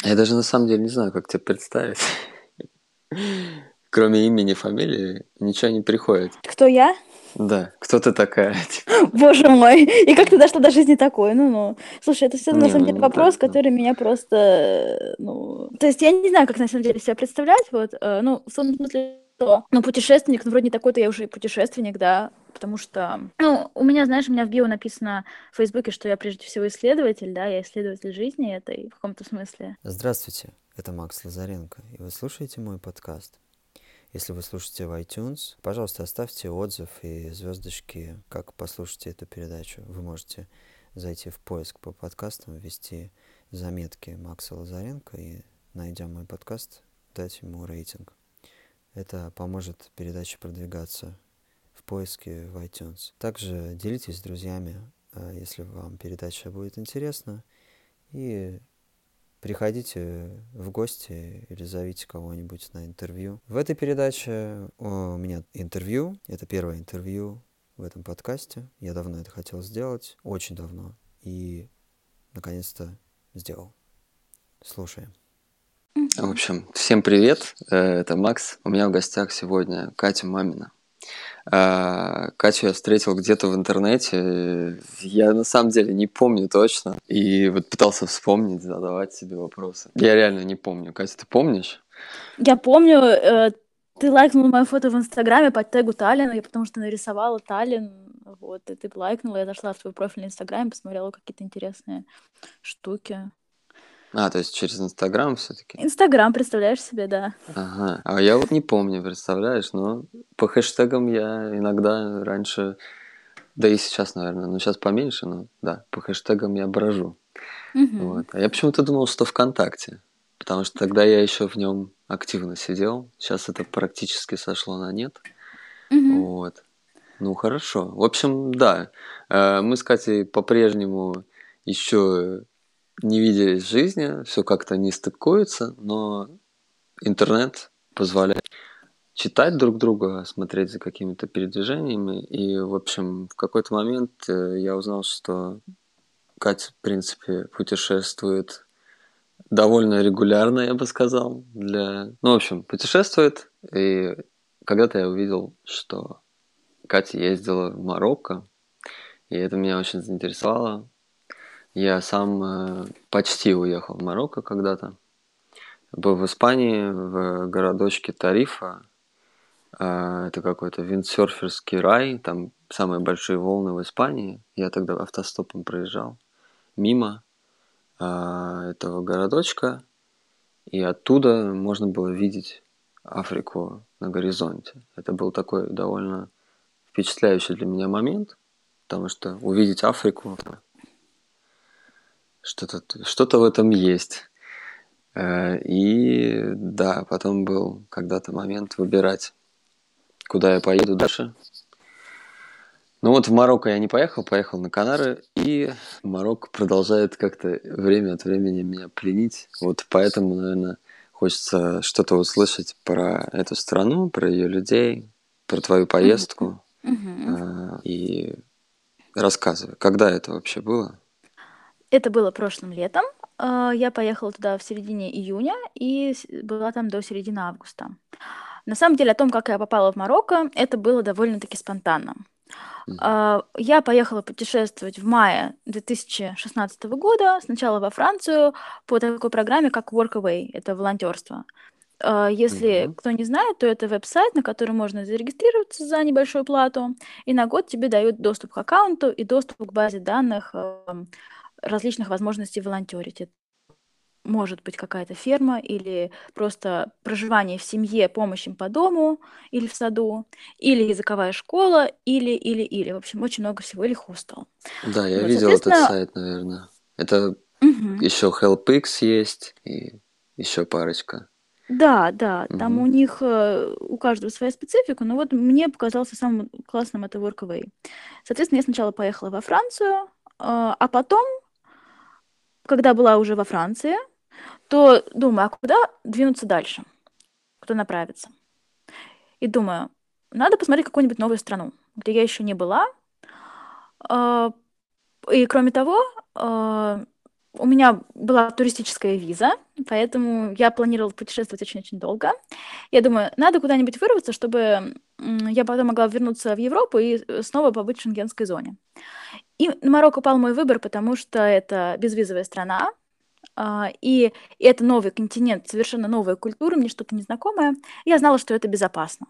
Я даже на самом деле не знаю, как тебя представить. Кроме имени, фамилии, ничего не приходит. Кто я? Да, кто ты такая? Типа. Боже мой, и как ты дошла до жизни такой? Ну-ну. Слушай, это все на Не, самом ну деле не так, вопрос, да. который меня просто, ну... То есть я не знаю, как на самом деле себя представлять, вот, ну, в том смысле, что, ну, путешественник, ну, вроде не такой-то я уже и путешественник, да, потому что, ну, у меня, знаешь, у меня в био написано в Фейсбуке, что я прежде всего исследователь, да, я исследователь жизни этой в каком-то смысле. Здравствуйте, это Макс Лазаренко, и вы слушаете мой подкаст. Если вы слушаете в iTunes, пожалуйста, оставьте отзыв и звездочки, как послушаете эту передачу. Вы можете зайти в поиск по подкастам, ввести заметки Макса Лазаренко и, найдя мой подкаст, дать ему рейтинг. Это поможет передаче продвигаться в поиске в iTunes. Также делитесь с друзьями, если вам передача будет интересна, и приходите в гости или зовите кого-нибудь на интервью. В этой передаче у меня интервью. Это первое интервью в этом подкасте. Я давно это хотел сделать, очень давно. И наконец-то сделал. Слушаем. В общем, всем привет, это Макс. У меня в гостях сегодня Катя Мамина. Катю я встретил где-то в интернете, я на самом деле не помню точно. И вот пытался вспомнить, задавать себе вопросы. Я реально не помню. Катя, ты помнишь? Я помню, ты лайкнула мое фото в Инстаграме по тегу Таллин, я потому что нарисовала Таллин, вот, и ты лайкнула, я зашла в твой профиль на Инстаграме, посмотрела какие-то интересные штуки. То есть через Инстаграм все-таки? Инстаграм, представляешь себе, да. Ага. А я вот не помню, представляешь, но по хэштегам я иногда раньше, да и сейчас, наверное, но сейчас поменьше, но да, по хэштегам я брожу. Мгм. Вот. А я почему-то думал, что ВКонтакте, потому что тогда я еще в нем активно сидел. Сейчас это практически сошло на нет. Мгм. Вот. Ну, хорошо. В общем, да, мы с Катей по-прежнему еще не виделись в жизни, все как-то не стыкуется, но интернет позволяет читать друг друга, смотреть за какими-то передвижениями. И, в общем, в какой-то момент я узнал, что Катя, в принципе, путешествует довольно регулярно, я бы сказал. Ну, в общем, путешествует. И когда-то я увидел, что Катя ездила в Марокко, и это меня очень заинтересовало. Я сам почти уехал в Марокко когда-то. Был в Испании, в городочке Тарифа. Это какой-то виндсерферский рай, там самые большие волны в Испании. Я тогда автостопом проезжал мимо этого городочка, и оттуда можно было видеть Африку на горизонте. Это был такой довольно впечатляющий для меня момент, потому что увидеть Африку, что-то в этом есть. И да, потом был когда-то момент выбирать, куда я поеду дальше. Ну вот в Марокко я не поехал, поехал на Канары, и Марокко продолжает как-то время от времени меня пленить. Вот поэтому, наверное, хочется что-то услышать про эту страну, про ее людей, про твою Мгм. поездку. Мгм. И рассказывай, когда это вообще было? Это было прошлым летом. Я поехала туда в середине июня и была там до середины августа. На самом деле, о том, как я попала в Марокко, это было довольно-таки спонтанно. Мгм. Я поехала путешествовать в мае 2016 года, сначала во Францию, по такой программе, как Workaway, это волонтерство. Если Мгм. кто не знает, то это веб-сайт, на который можно зарегистрироваться за небольшую плату, и на год тебе дают доступ к аккаунту и доступ к базе данных различных возможностей волонтерить. Это может быть какая-то ферма или просто проживание в семье, помощь им по дому или в саду, или языковая школа, или. В общем, очень много всего, или хостел. Да, я Вот, видел этот соответственно, сайт, наверное. Это мгм. еще HelpX есть и еще парочка. Да, да, там у Мгм. них, у каждого своя специфика, но вот мне показался самым классным это Workaway. Соответственно, я сначала поехала во Францию, а потом, когда была уже во Франции, то думаю, а куда двинуться дальше? Куда направиться? И думаю, надо посмотреть какую-нибудь новую страну, где я еще не была. А, И кроме того, у меня была туристическая виза, поэтому я планировала путешествовать очень-очень долго. Я думаю, надо куда-нибудь вырваться, чтобы я потом могла вернуться в Европу и снова побыть в шенгенской зоне. И на Марокко пал мой выбор, потому что это безвизовая страна, и это новый континент, совершенно новая культура, мне что-то незнакомое. Я знала, что это безопасно,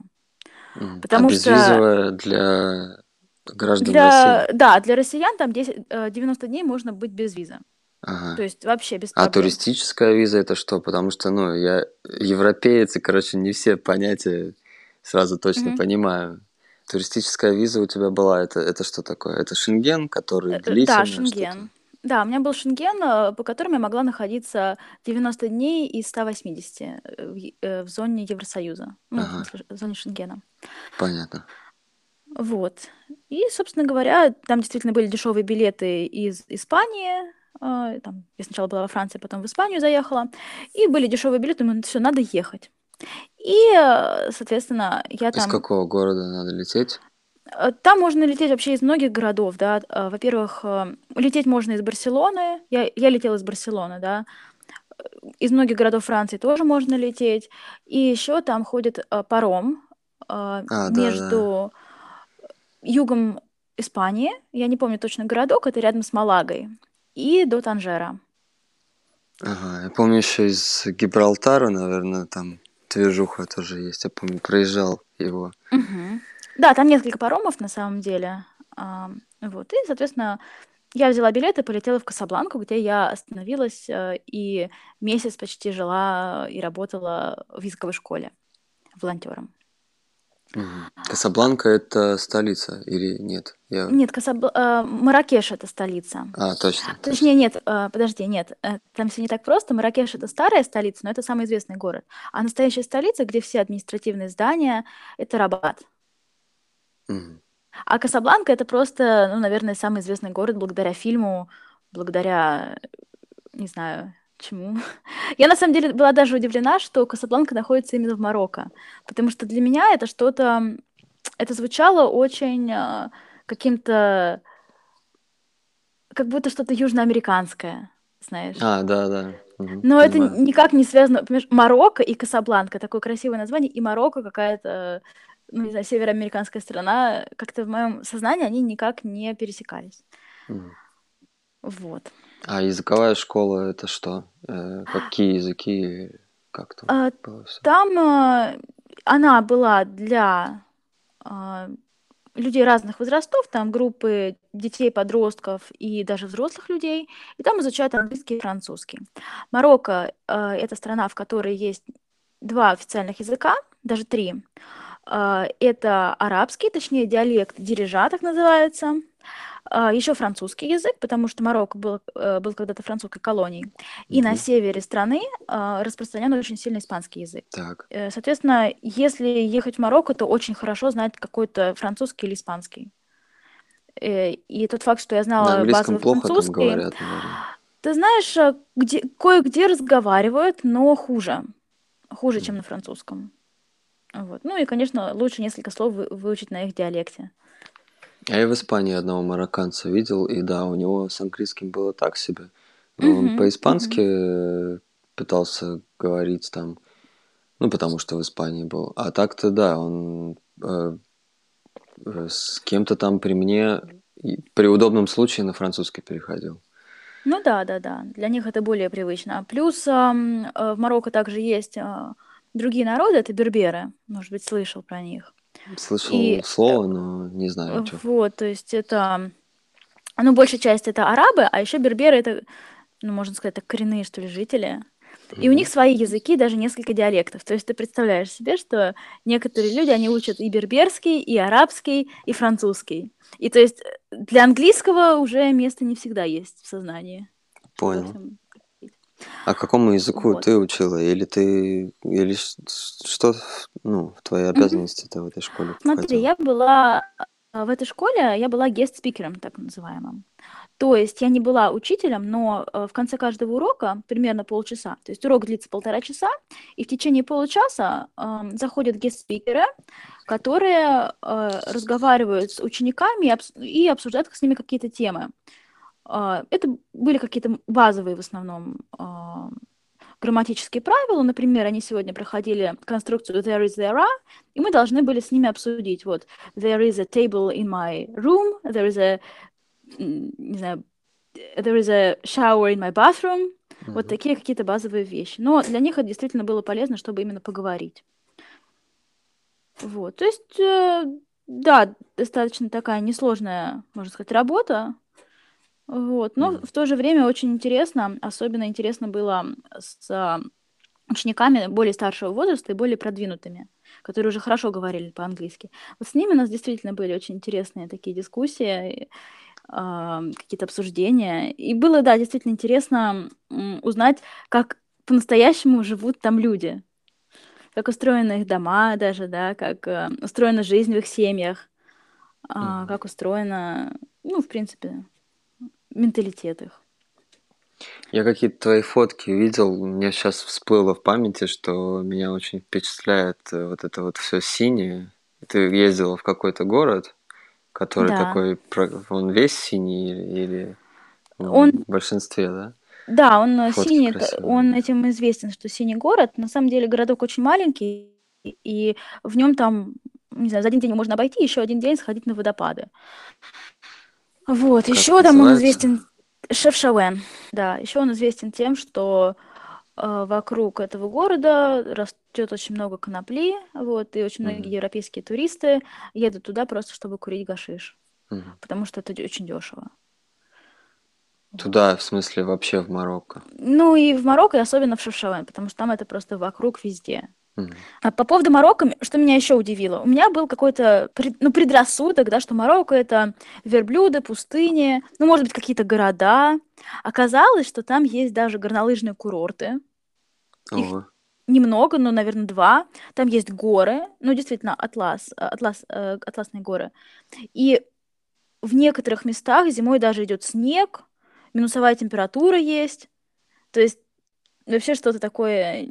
А потому что безвизовая для граждан России? для россиян там 90 дней можно быть без визы. То Ага. есть вообще без А проблем. туристическая виза это что? Потому что, я европеец, и, короче, не все понятия сразу точно Мгм. понимаю. Туристическая виза у тебя была, это что такое? Это Шенген, который Да, длительно что-то? Шенген. Да, у меня был Шенген, по которому я могла находиться 90 дней из 180 в зоне Евросоюза, ну, в Ага, смысле, в зоне Шенгена. понятно. Вот. И, собственно говоря, там действительно были дешевые билеты из Испании. Там, я сначала была во Франции, потом в Испанию заехала. И были дешевые билеты, думаю, все, надо ехать. И, соответственно, я Из там... какого города надо лететь? Там можно лететь вообще из многих городов, да. Во-первых, лететь можно из Барселоны. Я летела из Барселоны, да. Из многих городов Франции тоже можно лететь. И еще там ходит паром Да, да. между югом Испании, я не помню точно городок, это рядом с Малагой, и до Танжера. Ага, я помню еще из Гибралтара, наверное, там движуха тоже есть. Я помню, проезжал его. Мгм. Да, там несколько паромов на самом деле. Вот, и, соответственно, я взяла билет и полетела в Касабланку, где я остановилась и месяц почти жила и работала в языковой школе волонтером. Мгм. Касабланка это столица или нет? Нет, Марракеш это столица. Точно, точно. Точнее, нет, подожди, нет, там все не так просто. Марракеш это старая столица, но это самый известный город. А настоящая столица, где все административные здания, это Рабат. Мгм. А Касабланка это просто, ну, наверное, самый известный город благодаря фильму, благодаря, не знаю, чему. Я на самом деле была даже удивлена, что Касабланка находится именно в Марокко, потому что для меня это что-то, это звучало очень каким-то, как будто что-то южноамериканское, знаешь. Да, да. Мгм. Но это Понимаю. никак не связано, понимаешь, Марокко и Касабланка, такое красивое название, и Марокко какая-то, ну, не знаю, североамериканская страна, как-то в моем сознании они никак не пересекались. Мгм. Вот. А языковая школа это что? Какие языки? Как там А, было все? Там она была для а, людей разных возрастов, там группы детей, подростков и даже взрослых людей, и там изучают английский и французский. Марокко это страна, в которой есть два официальных языка, даже три. Это арабский, точнее диалект дирижа, так называется. Еще французский язык, потому что Марокко был когда-то французской колонией. И на Мгм. севере страны распространен очень сильно испанский язык. Так. Соответственно, если ехать в Марокко, то очень хорошо знать какой-то французский или испанский. И тот факт, что я На знала английском базовый плохо там французский, говорят, наверное. ты знаешь, кое-где разговаривают, но хуже. Хуже, чем на французском. Вот. Ну и, конечно, лучше несколько слов выучить на их диалекте. Я в Испании одного марокканца видел, и да, у него с английским было так себе. Но он Мгм, по-испански мгм. пытался говорить там, ну, потому что в Испании был. А так-то да, он с кем-то там при мне при удобном случае на французский переходил. Ну да, да, да. Для них это более привычно. Плюс в Марокко также есть другие народы, это берберы. Может быть, слышал про них. Слышал И слово, но не знаю, что. вот, то есть это, ну, большая часть это арабы, а еще берберы это, ну, можно сказать, так коренные, что ли, жители. И у них свои языки, даже несколько диалектов. То есть ты представляешь себе, что некоторые люди, они учат и берберский, и арабский, и французский. И то есть для английского уже места не всегда есть в сознании, чтобы во Понял. всем... А какому языку Вот. ты учила? Или что, ну, в твои Мгм. обязанности-то в этой школе Смотри, входило? я была в этой школе, я была гест-спикером, так называемым. То есть я не была учителем, но в конце каждого урока, примерно полчаса, то есть урок длится 1,5 часа, и в течение получаса заходят гест-спикеры, которые разговаривают с учениками и обсуждают с ними какие-то темы. Это были какие-то базовые в основном грамматические правила. Например, они сегодня проходили конструкцию there is, there are, и мы должны были с ними обсудить. Вот, there is a table in my room, there is a, не знаю, there is a shower in my bathroom. Вот такие какие-то базовые вещи. Но для них это действительно было полезно, чтобы именно поговорить. Вот, то есть, да, достаточно такая несложная, можно сказать, работа. Вот, но в то же время очень интересно, особенно интересно было с учениками более старшего возраста и более продвинутыми, которые уже хорошо говорили по-английски. Вот с ними у нас действительно были очень интересные такие дискуссии, какие-то обсуждения. И было, да, действительно интересно узнать, как по-настоящему живут там люди, как устроены их дома даже, да, как устроена жизнь в их семьях, как устроена, ну, в принципе, менталитет их. Я какие-то твои фотки видел, у меня сейчас всплыло в памяти, что меня очень впечатляет вот это вот все синее. Ты ездила в какой-то город, который Да. такой, он весь синий или Он, в большинстве, да? да, он Фотки синий, красивые. он этим известен, что синий город. На самом деле городок очень маленький, и в нем там, не знаю, за один день можно обойти, еще один день сходить на водопады. Вот, Как еще там он называется? известен Шефшауэн, да, еще он известен тем, что вокруг этого города растет очень много конопли, вот, и очень многие европейские туристы едут туда просто, чтобы курить гашиш, потому что это очень дешево. Туда, в смысле, вообще в Марокко. Ну и в Марокко, и особенно в Шефшауэн, потому что там это просто вокруг везде. Мгм. А по поводу Марокко, что меня еще удивило, у меня был какой-то предрассудок, да, что Марокко это верблюды, пустыни, ну, может быть, какие-то города. Оказалось, что там есть даже горнолыжные курорты. Их Ого. немного, но, наверное, 2. Там есть горы, ну, действительно, атласные горы. И в некоторых местах зимой даже идет снег, минусовая температура есть. То есть вообще что-то такое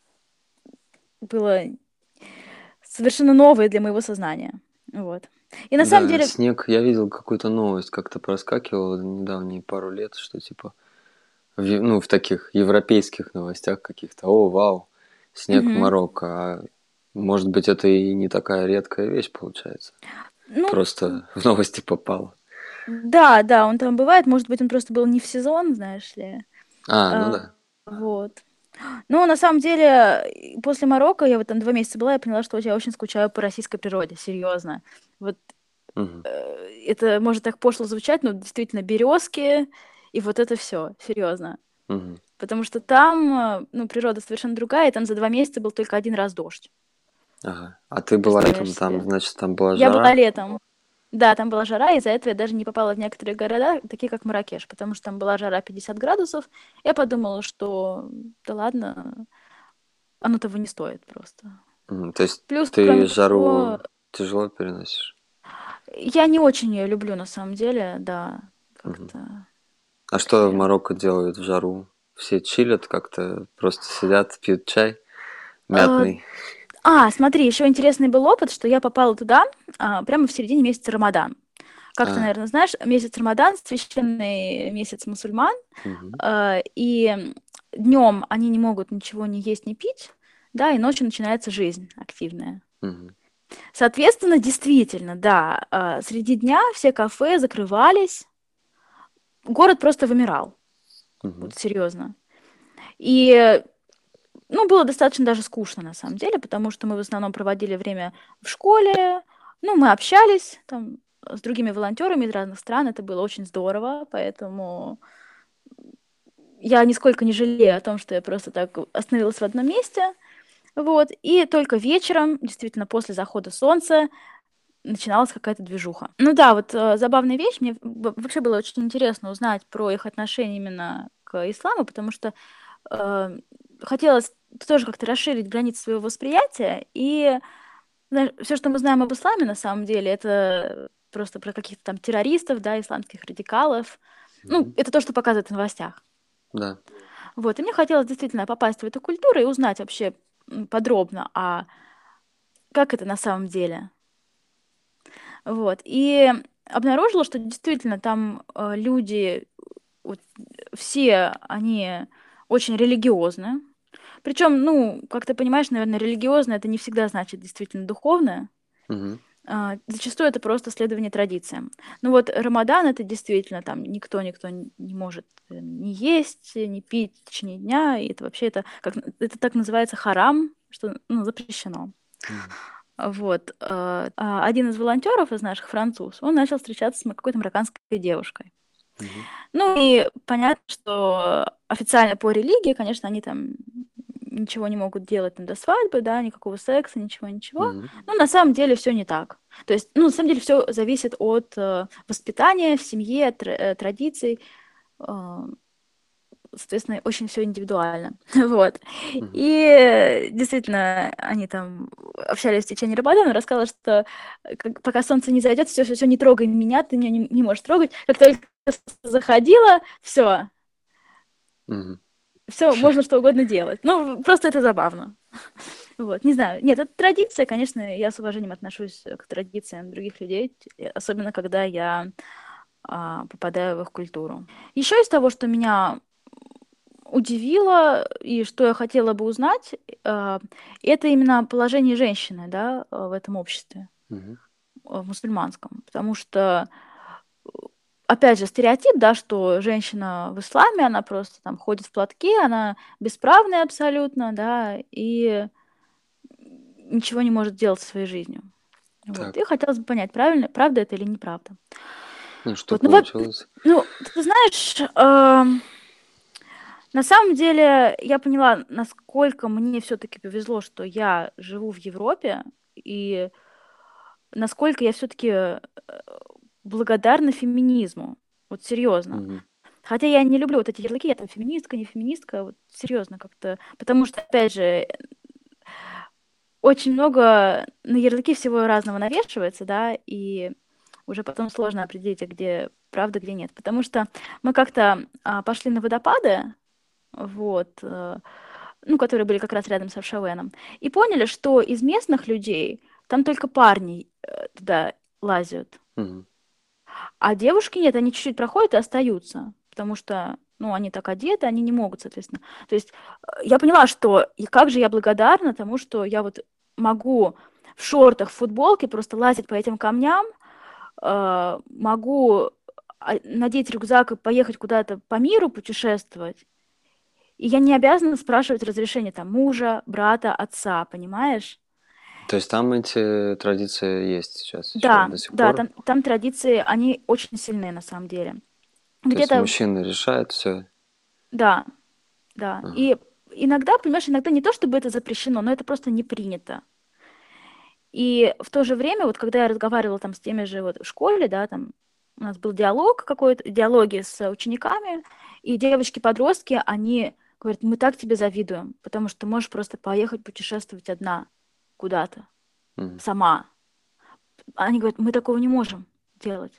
было совершенно новое для моего сознания. Вот. И на самом Да, деле, снег, я видел какую-то новость, как-то проскакивала недавние пару лет, что типа, ну, в таких европейских новостях каких-то, о, вау, снег в мгм. Марокко, а может быть, это и не такая редкая вещь получается. Ну, Просто в новости попало. да, да, он там бывает. Может быть, он просто был не в сезон, знаешь ли. Ну А, да. Вот. Но на самом деле, после Марокко, я вот там 2 месяца была, я поняла, что я очень скучаю по российской природе, серьезно. Вот Мгм. это может так пошло звучать, но действительно березки и вот это все, серьезно. Мгм. Потому что там, ну, природа совершенно другая, и там за 2 месяца был только 1 раз дождь. Ага. А ты была Представляешь летом там, себе? значит, там была Я была жара? летом. Да, там была жара, из-за этого я даже не попала в некоторые города, такие как Марракеш, потому что там была жара 50 градусов. Я подумала, что да ладно, оно того не стоит просто. То есть Плюс, ты кроме того, жару тяжело переносишь? я не очень ее люблю на самом деле, да, Мгм. как-то А что в вообще. Марокко делают в жару? Все чилят как-то, просто сидят, пьют чай Э, мятный. Смотри, еще интересный был опыт, что я попала туда прямо в середине месяца Рамадан. Как ты, А, наверное, знаешь, месяц Рамадан — священный месяц мусульман, мгм, и днем они не могут ничего не есть, не пить, да, и ночью начинается жизнь активная. мгм, Соответственно, действительно, да, среди дня все кафе закрывались, город просто вымирал, мгм, вот серьезно. И, ну, было достаточно даже скучно на самом деле, потому что мы в основном проводили время в школе, ну, мы общались там с другими волонтерами из разных стран, это было очень здорово, поэтому я нисколько не жалею о том, что я просто так остановилась в одном месте. Вот. И только вечером, действительно, после захода солнца, начиналась какая-то движуха. Ну да, вот забавная вещь. Мне вообще было очень интересно узнать про их отношение именно к исламу, потому что э, хотелось тоже как-то расширить границы своего восприятия. И все, что мы знаем об исламе, на самом деле, это просто про каких-то там террористов, да, исламских радикалов. Ну, мгм. это то, что показывают в новостях. Да. Вот, и мне хотелось действительно попасть в эту культуру и узнать вообще подробно, а как это на самом деле. Вот, и обнаружила, что действительно там люди вот все они очень религиозны. Причем, ну, как ты понимаешь, наверное, религиозно это не всегда значит действительно духовное. Мгм. Зачастую это просто следование традициям. Ну вот Рамадан это действительно там никто не может не есть, не пить в течение дня, и это вообще это так называется харам, что ну, запрещено. Мгм. Вот. Один из волонтеров из наших, француз, он начал встречаться с какой-то марокканской девушкой. Мгм. Ну и понятно, что официально по религии, конечно, они там ничего не могут делать там до свадьбы, да, никакого секса, ничего. Мгм. Но на самом деле все не так. То есть, ну, на самом деле все зависит от воспитания в семье, традиций. Э, Соответственно, очень все индивидуально. Вот. Мгм. И действительно, они там общались в течение Рамадана, рассказала, что пока солнце не зайдет, все, не трогай меня, ты меня не можешь трогать. Как только солнце заходило, все, Мгм. можно что угодно делать. Ну, просто это забавно. Вот, не знаю. Нет, это традиция, конечно, я с уважением отношусь к традициям других людей, особенно когда я попадаю в их культуру. Еще из того, что меня удивило и что я хотела бы узнать, это именно положение женщины, да, в этом обществе, Мгм. в мусульманском. Потому что, опять же, стереотип, да, что женщина в исламе, она просто там ходит в платке, она бесправная абсолютно, да, и ничего не может делать со своей жизнью. Вот. И Так, хотелось бы понять, правда это или неправда. ну что Вот, получилось? ты знаешь, на самом деле я поняла, насколько мне все-таки повезло, что я живу в Европе, и насколько я все-таки благодарна феминизму. Вот серьезно. Мгм. Хотя я не люблю вот эти ярлыки, я там феминистка, не феминистка, вот серьезно как-то. Потому что, опять же, очень много на ярлыки всего разного навешивается, да, и уже потом сложно определить, а где правда, где нет. Потому что мы как-то пошли на водопады, вот, ну, которые были как раз рядом с Аршавеном, и поняли, что из местных людей там только парни туда лазят, Мгм. а девушки нет, они чуть-чуть проходят и остаются, потому что, ну, они так одеты, они не могут, соответственно. То есть я поняла, что и как же я благодарна тому, что я вот могу в шортах, в футболке просто лазить по этим камням, могу надеть рюкзак и поехать куда-то по миру путешествовать, и я не обязана спрашивать разрешение там мужа, брата, отца, понимаешь? То есть там эти традиции есть сейчас еще Да, до сих да, пор? там традиции, они очень сильные на самом деле. То есть Где-то, мужчина решает все? да, да. Ага. И иногда, понимаешь, иногда не то, чтобы это запрещено, но это просто не принято. И в то же время, вот когда я разговаривала там с теми же вот в школе, да, там у нас был диалог какой-то, диалоги с учениками, и девочки-подростки, они говорят, мы так тебе завидуем, потому что ты можешь просто поехать путешествовать одна куда-то, Мгм. сама. Они говорят, мы такого не можем делать.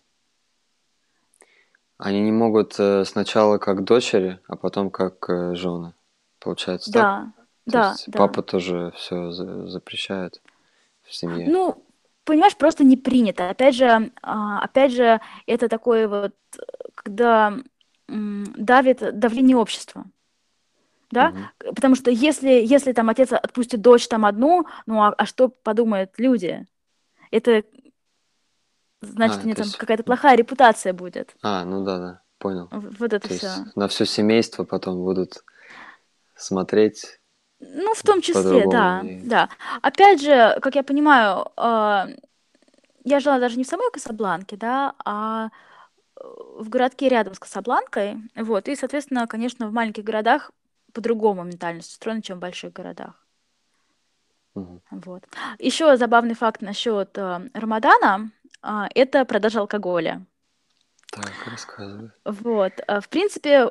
Они не могут сначала как дочери, а потом как жены. Получается так? Да, То да, есть да. папа тоже все запрещает в семье. Ну, понимаешь, просто не принято. Опять же, это такое вот, когда давление общества. Да? Мгм. Потому что если там отец отпустит дочь там одну, ну а что подумают люди? Это значит, у нее То там есть... какая-то плохая репутация будет. Ну да, понял. Вот это То есть все. на все семейство потом будут смотреть Ну, в том числе, по-другому. да, да. Опять же, как я понимаю, я жила даже не в самой Касабланке, да, а в городке рядом с Касабланкой. Вот, и, соответственно, конечно, в маленьких городах по-другому ментальность устроена, чем в больших городах. Мгм. Вот. Еще забавный факт насчет Рамадана, это продажа алкоголя. Так, рассказывай. Вот. В принципе,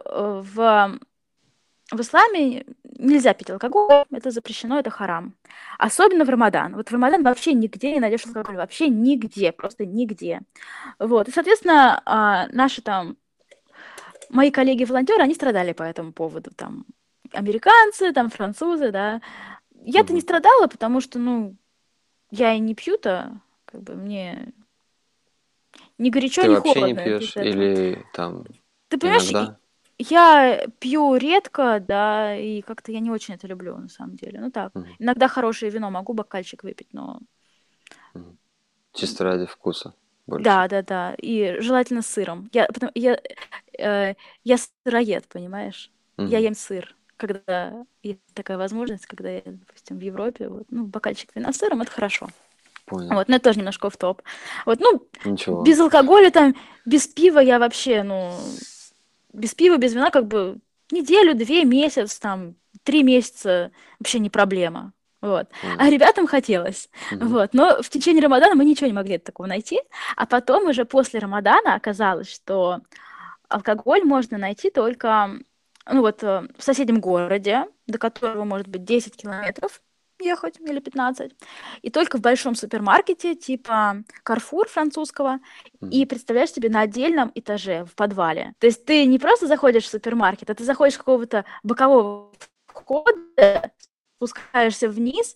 в исламе нельзя пить алкоголь, это запрещено, это харам. Особенно в Рамадан. Вот в Рамадан вообще нигде не найдешь алкоголь, вообще нигде, просто нигде. Вот. И, соответственно, наши там, мои коллеги-волонтеры, они страдали по этому поводу. Там американцы, там французы, да. Я-то не Мгм. страдала, потому что, ну, я и не пью-то, как бы мне ни горячо, Ты ни вообще не холодно от пьешь этого. или там Ты понимаешь, иногда? Я пью редко, да, и как-то я не очень это люблю, на самом деле. Ну так, Мгм. иногда хорошее вино могу бокальчик выпить, но Мгм. Чисто ради вкуса больше. да, и желательно с сыром. Э, я сыроед, понимаешь? Я Мгм. ем сыр, когда есть такая возможность, когда я, допустим, в Европе, вот, ну, бокальчик вина с сыром, это хорошо. Понял. Вот, но это тоже немножко в топ. Вот, ну, Ничего. без алкоголя там, без пива я вообще, ну, без пива, без вина как бы неделю, 2, месяц, там, 3 месяца вообще не проблема. Вот. А Понял. ребятам хотелось. Мгм. Вот. Но в течение Рамадана мы ничего не могли такого найти. А потом уже после Рамадана оказалось, что алкоголь можно найти только ну вот, в соседнем городе, до которого может быть 10 километров ехать или 15, и только в большом супермаркете типа Carrefour французского, и Мгм. представляешь себе на отдельном этаже в подвале. То есть ты не просто заходишь в супермаркет, а ты заходишь с какого-то бокового входа, спускаешься вниз,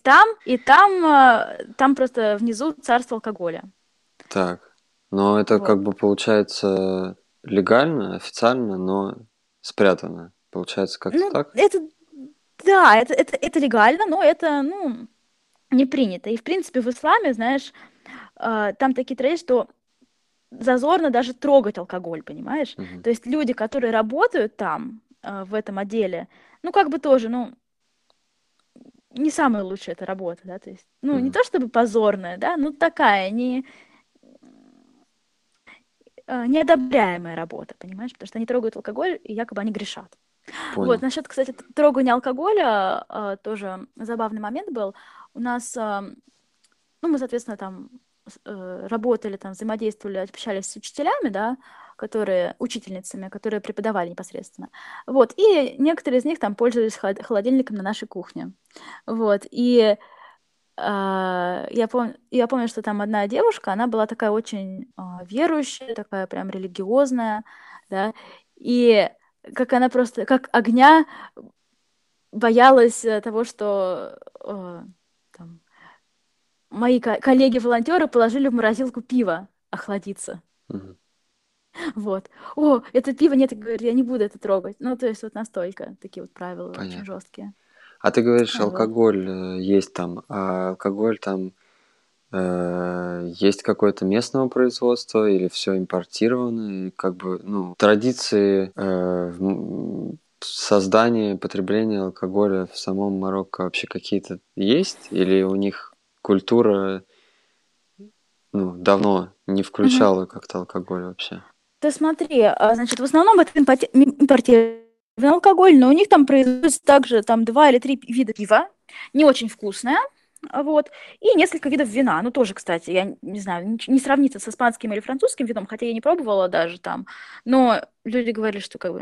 там просто внизу царство алкоголя. Так. Но это Вот. как бы получается легально, официально, но спрятано. Получается как-то Ну, так? это, да, это легально, но это, ну, не принято. И, в принципе, в исламе, знаешь, там такие традиции, что зазорно даже трогать алкоголь, понимаешь? Мгм. То есть люди, которые работают там, в этом отделе, ну, как бы тоже, ну, не самая лучшая эта работа, да, то есть, ну, не Мгм. то чтобы позорная, да, ну, такая, неодобряемая работа, понимаешь? Потому что они трогают алкоголь, и якобы они грешат. Вот, Понял. насчет, кстати, трогания алкоголя, тоже забавный момент был. У нас, ну, мы, соответственно, там работали, там взаимодействовали, общались с учителями, да, учительницами, которые преподавали непосредственно. Вот, и некоторые из них там пользовались холодильником на нашей кухне. Вот, и я помню, что там одна девушка, она была такая очень верующая, такая прям религиозная, да, и как она просто, как огня боялась того, что там, мои коллеги-волонтеры положили в морозилку пиво охладиться. Мгм. Вот. О, это пиво, нет, говорит, я не буду это трогать. Ну, то есть вот настолько такие вот правила очень Понятно. жесткие. А ты говоришь, Вот. алкоголь есть там, а алкоголь там есть какое-то местного производства или все импортировано? И как бы, ну, традиции создания, потребления алкоголя в самом Марокко вообще какие-то есть? Или у них культура, ну, давно не Мгм. включала как-то алкоголь вообще? Ты смотри, значит, в основном это импортированный алкоголь, но у них там производится также там 2 или 3 вида пива, не очень вкусное, вот, и несколько видов вина. Ну, тоже, кстати, я не знаю, не сравнится с испанским или французским вином, хотя я не пробовала даже там, но люди говорили, что как бы,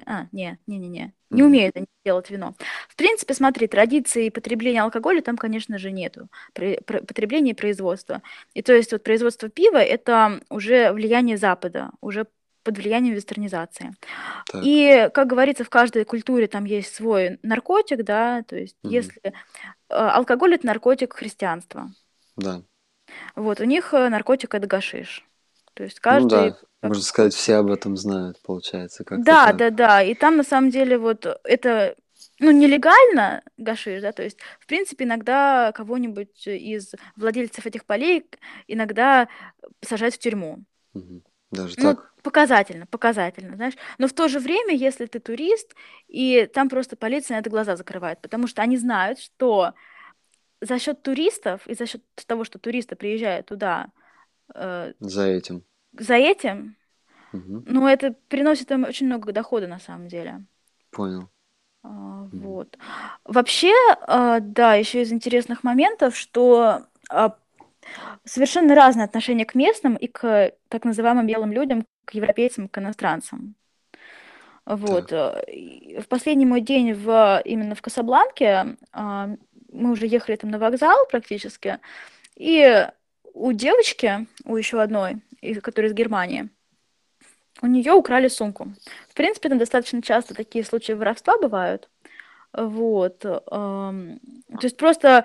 не Мгм. умеют они делать вино. В принципе, смотри, традиции потребления алкоголя там, конечно же, нету, потребления и производства. И то есть вот производство пива– это уже влияние Запада, уже под влиянием вестернизации. Так. И, как говорится, в каждой культуре там есть свой наркотик, да, то есть Мгм. если алкоголь это наркотик христианства, Да. вот у них наркотик это гашиш, то есть Ну каждый да, как можно сказать, хочет. все об этом знают, получается, как-то Да, так. да, да, и там на самом деле вот это ну, нелегально гашиш, да, то есть, в принципе, иногда кого-нибудь из владельцев этих полей иногда сажают в тюрьму. Мгм. Даже Ну, так. показательно, знаешь. Но в то же время, если ты турист, и там просто полиция на это глаза закрывает, потому что они знают, что за счет туристов и за счет того, что туристы приезжают туда э, За этим. за этим, Мгм. ну, это приносит им очень много дохода на самом деле. Понял. Мгм. Вот. Вообще, да, еще из интересных моментов, что совершенно разное отношение к местным и к так называемым белым людям, к европейцам, к иностранцам. Вот. Так. И в последний мой день именно в Касабланке мы уже ехали там на вокзал практически, и у девочки, у еще одной, которая из Германии, у нее украли сумку. В принципе, там достаточно часто такие случаи воровства бывают. Вот. То есть просто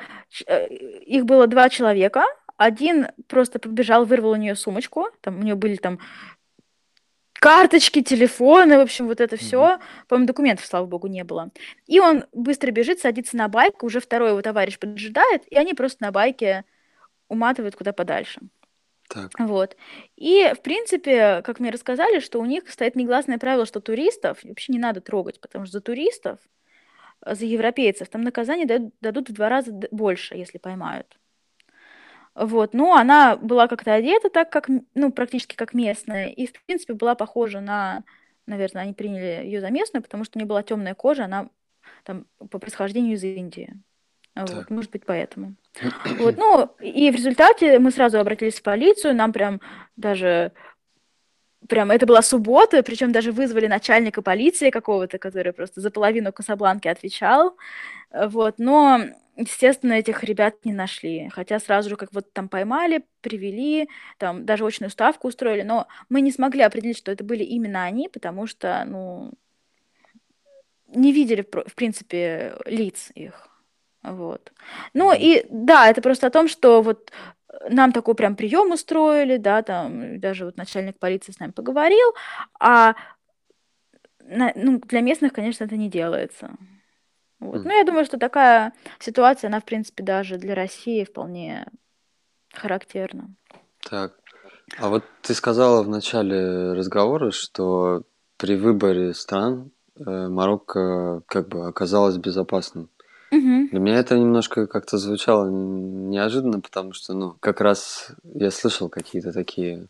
их было 2 человека. Один просто побежал, вырвал у нее сумочку. Там у нее были там карточки, телефоны, в общем, вот это все. По-моему, документов, слава богу, не было. И он быстро бежит, садится на байк, уже второй его товарищ поджидает, и они просто на байке уматывают куда подальше. Так, Вот. И, в принципе, как мне рассказали, что у них стоит негласное правило, что туристов вообще не надо трогать, потому что за туристов, за европейцев, там наказание дадут в 2 раза больше, если поймают. Вот, но она была как-то одета так, как, ну, практически как местная, и, в принципе, была похожа на, наверное, они приняли ее за местную, потому что у нее была темная кожа, она там по происхождению из Индии. Вот, так. может быть, поэтому. Вот, ну, и в результате мы сразу обратились в полицию, нам прям даже это была суббота, причем даже вызвали начальника полиции какого-то, который просто за половину Касабланки отвечал. Вот, но, естественно, этих ребят не нашли. Хотя сразу же, как вот там поймали, привели, там даже очную ставку устроили, но мы не смогли определить, что это были именно они, потому что, ну, не видели, в принципе, лиц их. Вот. Ну и да, это просто о том, что вот нам такой прям прием устроили, да, там даже вот начальник полиции с нами поговорил, а ну, для местных, конечно, это не делается. Вот. Ну, я думаю, что такая ситуация, она, в принципе, даже для России вполне характерна. Так. А вот ты сказала в начале разговора, что при выборе стран Марокко как бы оказалось безопасным. Мгм. Для меня это немножко как-то звучало неожиданно, потому что, ну, как раз я слышал какие-то такие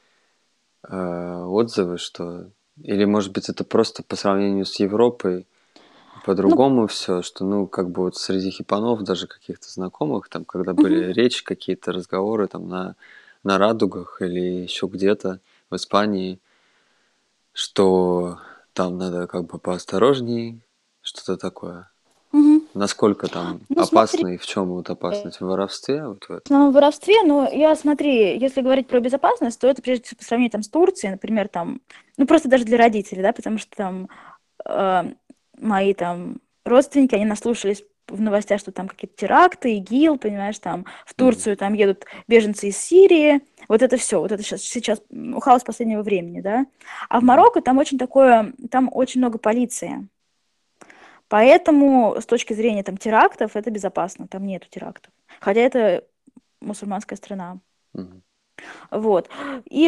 отзывы, что... Или, может быть, это просто по сравнению с Европой Ну, по-другому все, что, ну, как бы вот среди хипанов, даже каких-то знакомых, там, когда мгм. были речи, какие-то разговоры там на радугах или еще где-то в Испании, что там надо как бы поосторожней, что-то такое. Мгм. Насколько там Ну, смотри, опасно и в чем вот опасность? В воровстве? Вот в в этом? основном в воровстве, но смотри, если говорить про безопасность, то это прежде всего по сравнению там с Турцией, например, там, ну, просто даже для родителей, да, потому что там э, мои там родственники, они наслушались в новостях, что там какие-то теракты, ИГИЛ, понимаешь, там в Турцию там едут беженцы из Сирии, вот это все, вот это сейчас хаос последнего времени, да. А в Марокко там очень такое, там очень много полиции. Поэтому с точки зрения там терактов это безопасно, там нету терактов. Хотя это мусульманская страна. Мгм. Вот. И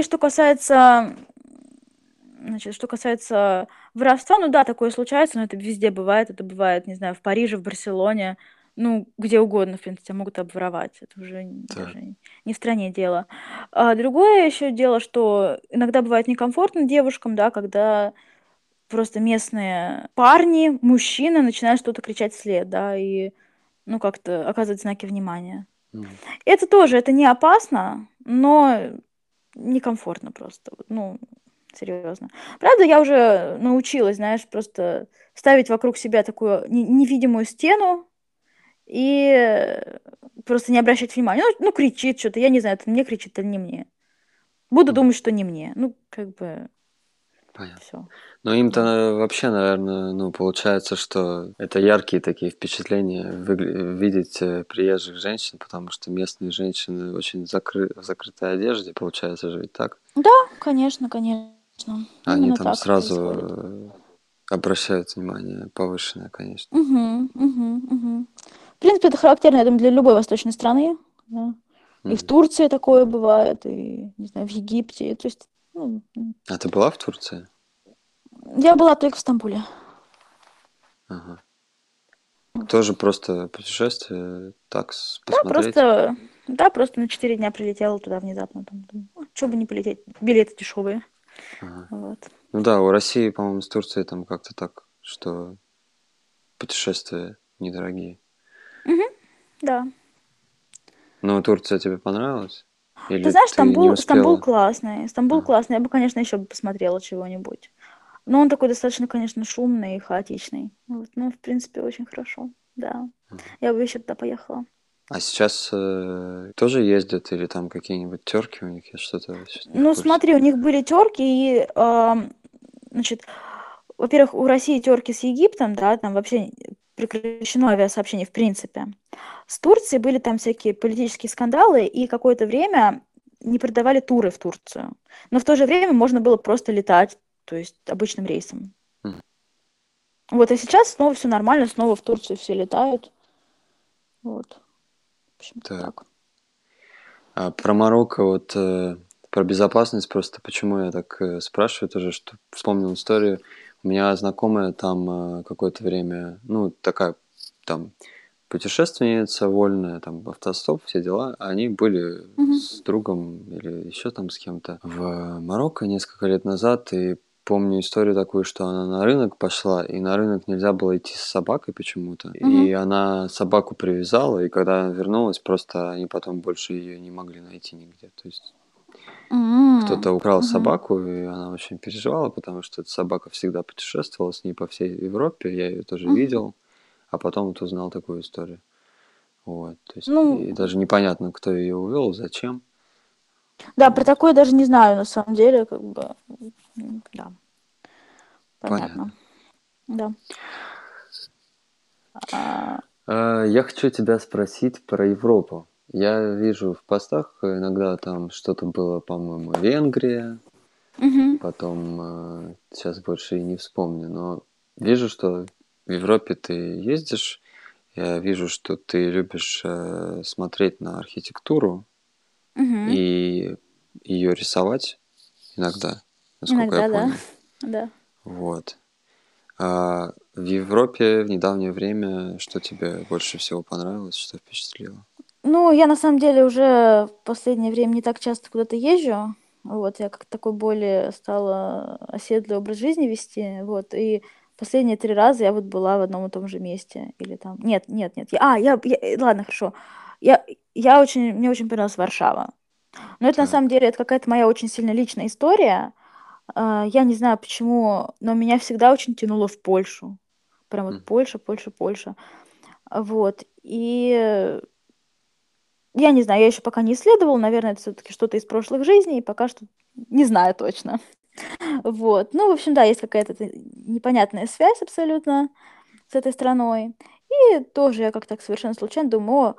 что касается воровства, ну да, такое случается, но это везде бывает. Это бывает, не знаю, в Париже, в Барселоне, ну, где угодно, в принципе, тебя могут обворовать. Это уже Так. даже не в стране дело. А другое еще дело, что иногда бывает некомфортно девушкам, да, когда просто местные парни, мужчины начинают что-то кричать вслед, да, и, ну, как-то оказывать знаки внимания. Мгм. Это тоже, это не опасно, но некомфортно просто. Вот, ну, серьезно. Правда, я уже научилась, знаешь, просто ставить вокруг себя такую невидимую стену и просто не обращать внимания. Ну, кричит что-то, я не знаю, это мне кричит или не мне. Буду Мгм. думать, что не мне. Ну, как бы, Понятно. все. Но им-то вообще, наверное, ну, получается, что это яркие такие впечатления видеть приезжих женщин, потому что местные женщины очень в закрытой одежде, получается же ведь так. Да, конечно, конечно. Они Именно там так и сразу происходит. обращают внимание повышенное, конечно. Мгм, мгм, мгм. В принципе, это характерно, я думаю, для любой восточной страны. Да. И в Мгм. Турции такое бывает, и, не знаю, в Египте. То есть, ну, А ты была в Турции? я была только в Стамбуле. Ага. Тоже Вот. просто путешествие, так, Да, посмотреть? просто на 4 дня прилетела туда внезапно. Там, что бы не полететь, билеты дешевые. Ага. Вот. Ну да, у России, по-моему, с Турцией там как-то так, что путешествия недорогие. Мгм, да. Но Турция тебе понравилась? Ты Или знаешь, ты не Стамбул успела? классный. Стамбул Ага. классный. Я бы, конечно, еще бы посмотрела чего-нибудь. Но он такой достаточно, конечно, шумный и хаотичный. Вот. Ну, в принципе, очень хорошо. Да. Я бы еще туда поехала. А сейчас тоже ездят или там какие-нибудь терки у них? Я что-то не в Ну, курсе. смотри, у них были терки, и, значит, во-первых, у России терки с Египтом, да, там вообще прекращено авиасообщение в принципе. С Турцией были там всякие политические скандалы, и какое-то время не продавали туры в Турцию. Но в то же время можно было просто летать, то есть обычным рейсом. Мгм. Вот, и сейчас снова все нормально, снова в Турцию все летают. Вот, в общем-то Так. так. А про Марокко, вот про безопасность просто, почему я так спрашиваю тоже, что вспомнил историю. У меня знакомая там какое-то время, ну, такая там путешественница вольная, там автостоп, все дела, они были Мгм. с другом или еще там с кем-то в Марокко несколько лет назад, и помню историю такую, что она на рынок пошла, и на рынок нельзя было идти с собакой почему-то, и Мгм. она собаку привязала, и когда она вернулась, просто они потом больше ее не могли найти нигде, то есть кто-то украл Мгм. собаку, и она очень переживала, потому что эта собака всегда путешествовала с ней по всей Европе, я ее тоже Мгм. видел, а потом вот узнал такую историю. Вот, то есть, Ну, и даже непонятно, кто ее увел, зачем. да, про Вот, такое даже не знаю, на самом деле, как бы, да, понятно. понятно, да. А, Я хочу тебя спросить про Европу. Я вижу в постах иногда там что-то было, по-моему, Венгрия, мгм. потом сейчас больше и не вспомню, но вижу, что в Европе ты ездишь, я вижу, что ты любишь смотреть на архитектуру Мгм. и ее рисовать иногда, насколько я Иногда, да, понял. да. Вот. А в Европе в недавнее время что тебе больше всего понравилось, что впечатлило? Ну, я на самом деле уже в последнее время не так часто куда-то езжу. Вот, я как такой более стала оседлый образ жизни вести. Вот, и последние 3 раза я вот была в одном и том же месте. Или там... Нет, нет, нет. Ладно, хорошо. Я, мне очень понравилась Варшава. Но это на самом Так. деле это какая-то моя очень сильно личная история. Я не знаю почему, но меня всегда очень тянуло в Польшу. Прям вот М. Польша, Польша, Польша. Вот. И я не знаю, я еще пока не исследовала, наверное, это все-таки что-то из прошлых жизней, пока что не знаю точно. Вот. Ну, в общем, да, есть какая-то непонятная связь абсолютно с этой страной. И тоже я как-то совершенно случайно думаю,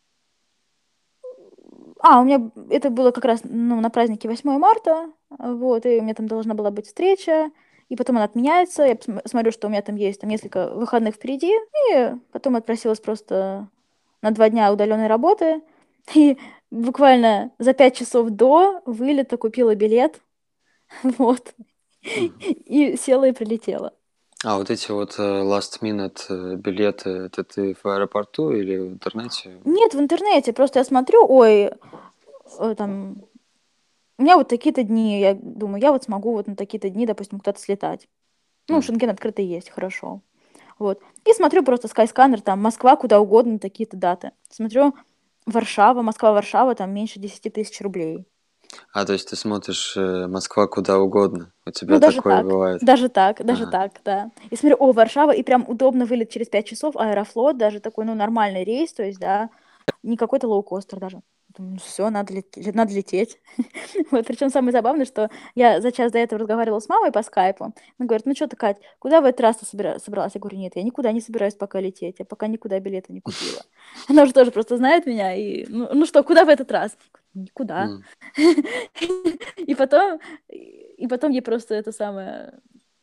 у меня это было как раз ну, на празднике 8 марта, вот, и у меня там должна была быть встреча, и потом она отменяется, я смотрю, что у меня там есть там несколько выходных впереди, и потом отпросилась просто на 2 дня удаленной работы, и буквально за 5 часов до вылета купила билет, вот, Мгм. и села и прилетела. А вот эти вот last minute билеты, это ты в аэропорту или в интернете? Нет, в интернете, просто я смотрю, ой, там, у меня вот такие-то дни, я думаю, я вот смогу вот на такие-то дни, допустим, куда-то слетать. Ну, М. Шенген открытый есть, хорошо. Вот. И смотрю просто Skyscanner, там, Москва, куда угодно, такие-то даты. Смотрю, Варшава, Москва-Варшава, там, меньше 10 000 рублей. А, то есть ты смотришь Москва куда угодно. У Ну, тебя такое бывает. даже Ага. так, да. И смотрю, о, Варшава, и прям удобно вылет через 5 часов, Аэрофлот, даже такой, ну, нормальный рейс, то есть, да, не какой-то лоукостер даже. Думаю, все, надо лететь. Вот, причем самое забавное, что я за час до этого разговаривала с мамой по скайпу. Она говорит, ну что ты, Кать, куда в этот раз ты собралась? Я говорю, нет, я никуда не собираюсь пока лететь, я пока никуда билеты не купила. Она уже тоже просто знает меня, и ну что, куда в этот раз? Никуда. М. И потом ей просто это самое...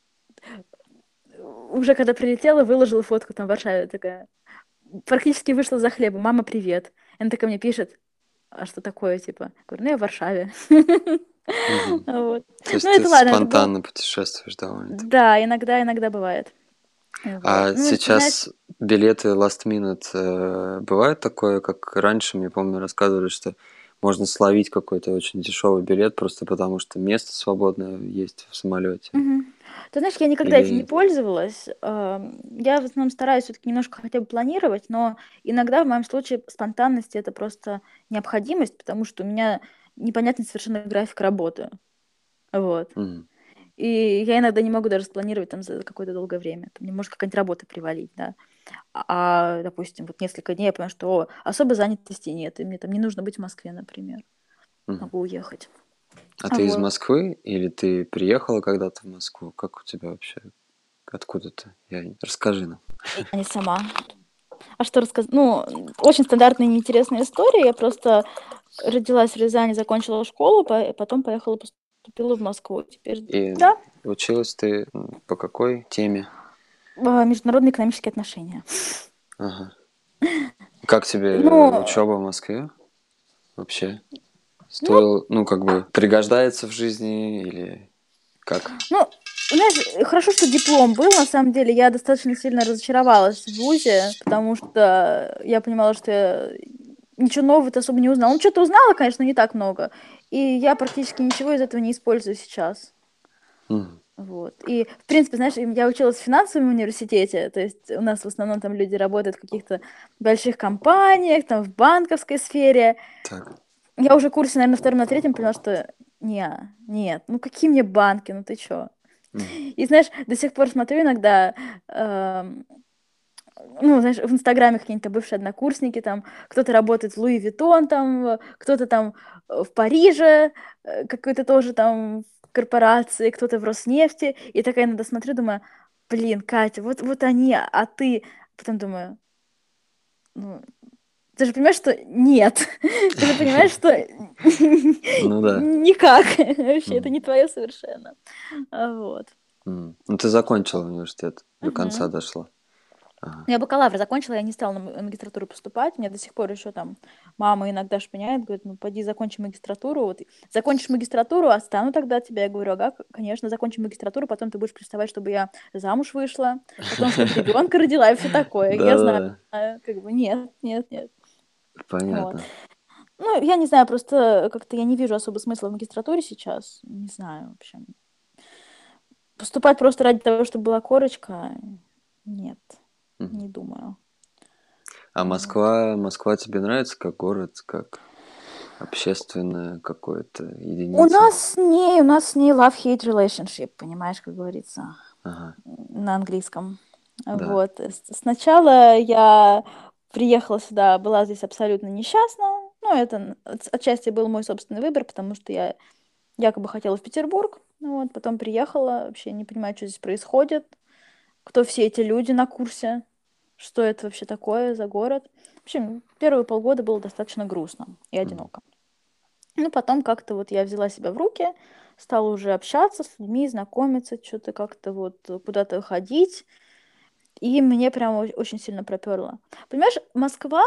Уже когда прилетела, выложила фотку там в Варшаве, такая... Практически вышла за хлебом. Мама, привет. Она такая мне пишет, а что такое, типа? Говорю, ну я в Варшаве. Мгм. Вот. То есть Ну ты это ладно, это был... спонтанно путешествуешь довольно-таки. Да, иногда бывает. Вот. А Ну, знаешь, сейчас билеты last minute бывает такое, как раньше, мне помню, рассказывали, что можно словить какой-то очень дешевый билет просто потому, что место свободное есть в самолете. мгм. Ты знаешь, я никогда этим не Или пользовалась. Я в основном стараюсь все-таки немножко хотя бы планировать, но иногда в моем случае спонтанность это просто необходимость, потому что у меня непонятный совершенно график работы. Вот. Мгм. И я иногда не могу даже спланировать там за какое-то долгое время. Там мне может какая-нибудь работа привалить, да. Допустим, вот несколько дней я понимаю, что особо занятости нет, и мне там не нужно быть в Москве, например. Мгм. Могу уехать. А ты из Вот. Москвы или ты приехала когда-то в Москву? Как у тебя вообще? Откуда ты? Расскажи нам. Я не сама. А что рассказать? Ну, очень стандартная и неинтересная история. Я просто родилась в Рязани, закончила школу, потом поехала, поступила в Москву. Теперь, И да, училась ты по какой теме? международные экономические отношения. Ага. Как тебе Ну, учеба в Москве вообще? ну, Стоил, ну, как бы, пригождается в жизни или как? ну, знаешь, хорошо, что диплом был. На самом деле, я достаточно сильно разочаровалась в ВУЗе, потому что я понимала, что я ничего нового-то особо не узнала. Ну, что-то узнала, конечно, не так много. И я практически ничего из этого не использую сейчас. Мгм. Вот. И, в принципе, знаешь, я училась в финансовом университете, то есть у нас в основном там люди работают в каких-то больших компаниях, там в банковской сфере. Так. Я уже в курсе, наверное, на втором, на третьем поняла, что нет, ну какие мне банки, ну ты чё? Мгм. И знаешь, до сих пор смотрю иногда, ну, знаешь, в Инстаграме какие-нибудь бывшие однокурсники, там, кто-то работает в Луи Виттон, там, кто-то там в Париже, какой-то тоже там в корпорации, кто-то в Роснефти, и такая иногда смотрю, думаю, блин, Катя, вот они, а ты... Потом думаю, ну, ты же понимаешь, что нет, ты же понимаешь, что Ну да. никак, вообще, это Мгм. не твое совершенно. Вот. Мгм. Ну, ты закончила университет, до конца Мгм. дошла. Ага. Я бакалавр закончила, я не стала на магистратуру поступать. Мне до сих пор еще там мама иногда шпыняет, говорит, ну, поди закончи магистратуру. Вот, закончишь магистратуру, а стану тогда от тебя. Я говорю, ага, конечно, закончи магистратуру, потом ты будешь приставать, чтобы я замуж вышла, потом, чтобы ребенка родила и все такое. Я знаю, Да-да-да, как бы, нет. Вот. понятно. Ну, я не знаю, просто как-то я не вижу особо смысла в магистратуре сейчас. Не знаю, в общем. Поступать просто ради того, чтобы была корочка, нет, Мгм. не думаю. А Вот. Москва тебе нравится как город, как общественная какая-то У единица? нас с ней love-hate relationship, понимаешь, как говорится Ага, на английском. да. Вот. Сначала я приехала сюда, была здесь абсолютно несчастна. Ну, это отчасти был мой собственный выбор, потому что я якобы хотела в Петербург. Ну вот, потом приехала, вообще не понимаю, что здесь происходит, кто все эти люди на курсе, что это вообще такое за город. В общем, первые полгода было достаточно грустно и Мгм. одиноко. Ну, потом как-то вот я взяла себя в руки, стала уже общаться с людьми, знакомиться, что-то как-то вот куда-то ходить, и мне прям очень сильно проперло. Понимаешь, Москва,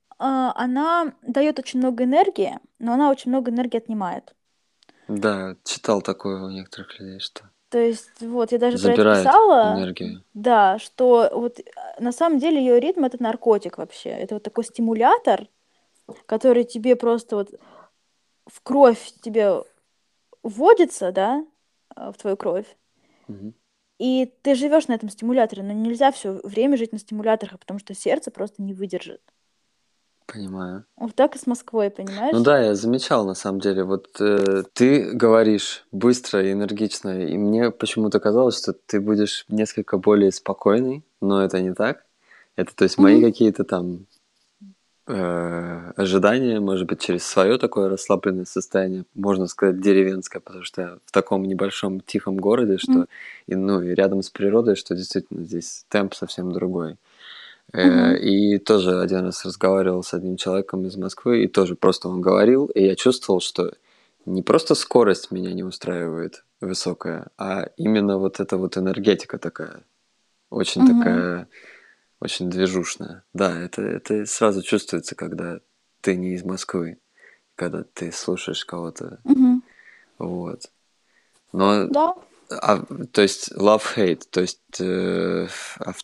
она дает очень много энергии, но она очень много энергии отнимает. Да, читал такое у некоторых людей, что То есть вот я даже про это забирает писала, энергию. да, что вот на самом деле ее ритм это наркотик вообще, это вот такой стимулятор, который тебе просто вот в кровь тебе вводится, да, в твою кровь. Мгм. И ты живешь на этом стимуляторе, но нельзя все время жить на стимуляторах, потому что сердце просто не выдержит. Понимаю. Вот так и с Москвой, Ну понимаешь? да, я замечал на самом деле. Вот ты говоришь быстро и энергично, и мне почему-то казалось, что ты будешь несколько более спокойный, но это не так. Это, то есть, мои Мгм. какие-то там ожидания, может быть, через свое такое расслабленное состояние, можно сказать, деревенское, потому что я в таком небольшом тихом городе, Мгм. что и, ну, и рядом с природой, что действительно здесь темп совсем другой. Мгм. И тоже один раз разговаривал с одним человеком из Москвы, и тоже просто он говорил, и я чувствовал, что не просто скорость меня не устраивает высокая, а именно вот эта вот энергетика Мгм. такая, очень движушная. Да, это сразу чувствуется, когда ты не из Москвы, когда ты слушаешь кого-то. Мгм. Вот. Но, Да. а, то есть love-hate, то есть, а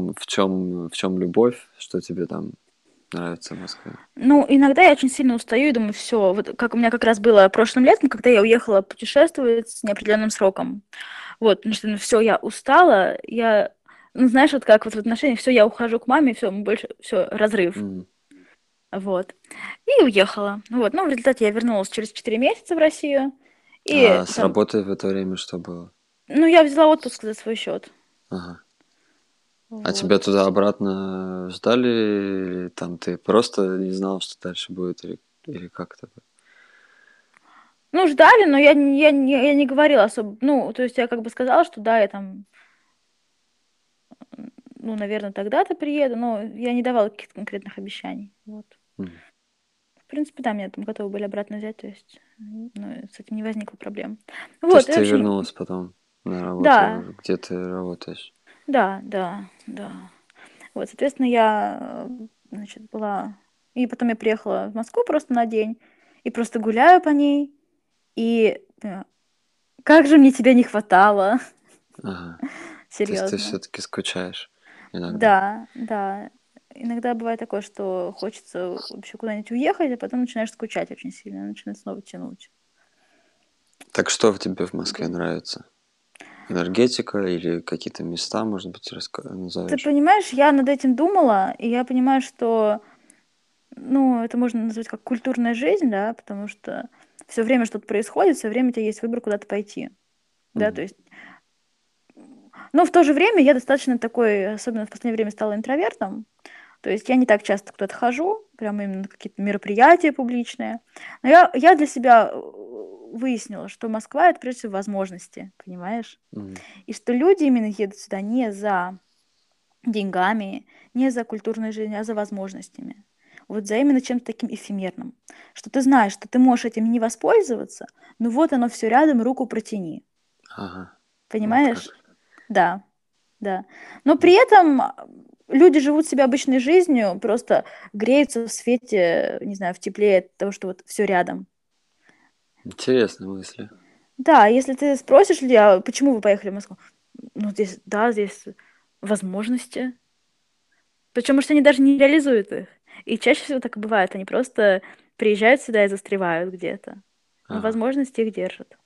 в чем любовь, что тебе там нравится в Москве? Ну, иногда я очень сильно устаю и думаю, все, вот как у меня как раз было прошлым летом, когда я уехала путешествовать с неопределенным сроком. Вот, потому что, ну, все, я устала, ну, знаешь, вот как вот в отношениях, все, я ухожу к маме, все, больше, все, разрыв. М. Вот. И уехала. Вот. Ну, в результате я вернулась через 4 месяца в Россию. И А с там, работой в это время что было? ну, я взяла отпуск за свой счет. Ага. А тебя Вот. туда обратно ждали, или там ты просто не знал, что дальше будет, или как это? Ну, ждали, но я не говорила особо. Ну, то есть я как бы сказала, что да, я там, ну, наверное, тогда-то приеду, но я не давала каких-то конкретных обещаний. Вот. М. В принципе, да, меня там готовы были обратно взять, то есть, ну, с этим не возникло проблем. То Вот, есть и, в ты общем, вернулась потом на да, работу, где ты работаешь? да, да, да. Вот, соответственно, я, значит, была... И потом я приехала в Москву просто на день, и просто гуляю по ней, и как же мне тебя не хватало, Ага. То есть ты серьезно. все-таки скучаешь иногда. Да, да. Иногда бывает такое, что хочется вообще куда-нибудь уехать, а потом начинаешь скучать очень сильно, начинает снова тянуть. Так что в тебе в Москве нравится? Энергетика или какие-то места, может быть, Ты назовешь? понимаешь, я над этим думала, и я понимаю, что, ну, это можно назвать как культурная жизнь, да, потому что все время что-то происходит, все время у тебя есть выбор куда-то пойти, да, то Мгм. есть, но в то же время я достаточно такой, особенно в последнее время стала интровертом, то есть я не так часто куда-то хожу, прямо именно на какие-то мероприятия публичные, но я для себя выяснила, что Москва — это прежде всего возможности, понимаешь, Мгм. и что люди именно едут сюда не за деньгами, не за культурной жизнью, а за возможностями. Вот за именно чем-то таким эфемерным. Что ты знаешь, что ты можешь этим не воспользоваться, но вот оно все рядом, руку протяни. Ага. Вот Понимаешь? как. Да, да. Но при М. этом люди живут себе обычной жизнью, просто греются в свете, не знаю, в тепле от того, что вот все рядом. Интересные мысли. Да, если ты спросишь людей, а почему вы поехали в Москву? Ну, здесь, да, здесь возможности. Причем, может, они даже не реализуют их. И чаще всего так и бывает. Они просто приезжают сюда и застревают где-то. Но Ага, возможности их держат.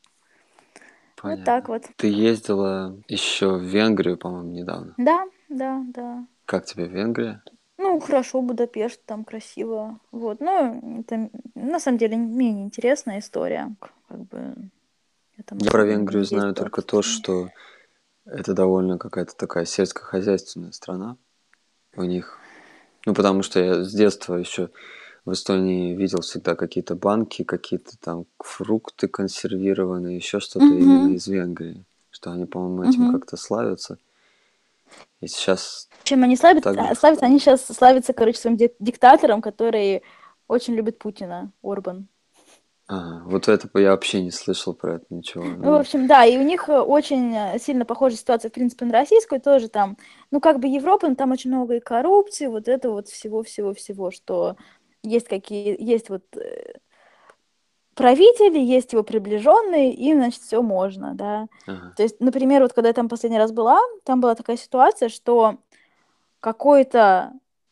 Вот так понятно. вот. Ты ездила еще в Венгрию, по-моему, недавно. Да, да, да. Как тебе Венгрия? Ну, хорошо, Будапешт, там красиво. Вот. Ну, это на самом деле менее интересная история. Как бы я там Я про особо Венгрию не знаю ездила только по то, стране. что это довольно какая-то такая сельскохозяйственная страна. У них, ну, потому что я с детства еще в Эстонии видел всегда какие-то банки, какие-то там фрукты консервированные, еще что-то именно Угу, из Венгрии. Что они, по-моему, этим угу. как-то славятся. И сейчас Чем они славятся? так... Славятся? Они сейчас славятся, короче, своим диктатором, который очень любит Путина, Орбан. Ага, вот это я вообще не слышал про это ничего. Ну, в Ну, общем, да, и у них очень сильно похожая ситуация, в принципе, на российскую, тоже там, ну, как бы Европа, но там очень много и коррупции, вот это вот всего-всего-всего, что есть вот правители, есть его приближенные, и, значит, все можно, да. ага. То есть, например, вот когда я там последний раз была, там была такая ситуация, что какой-то,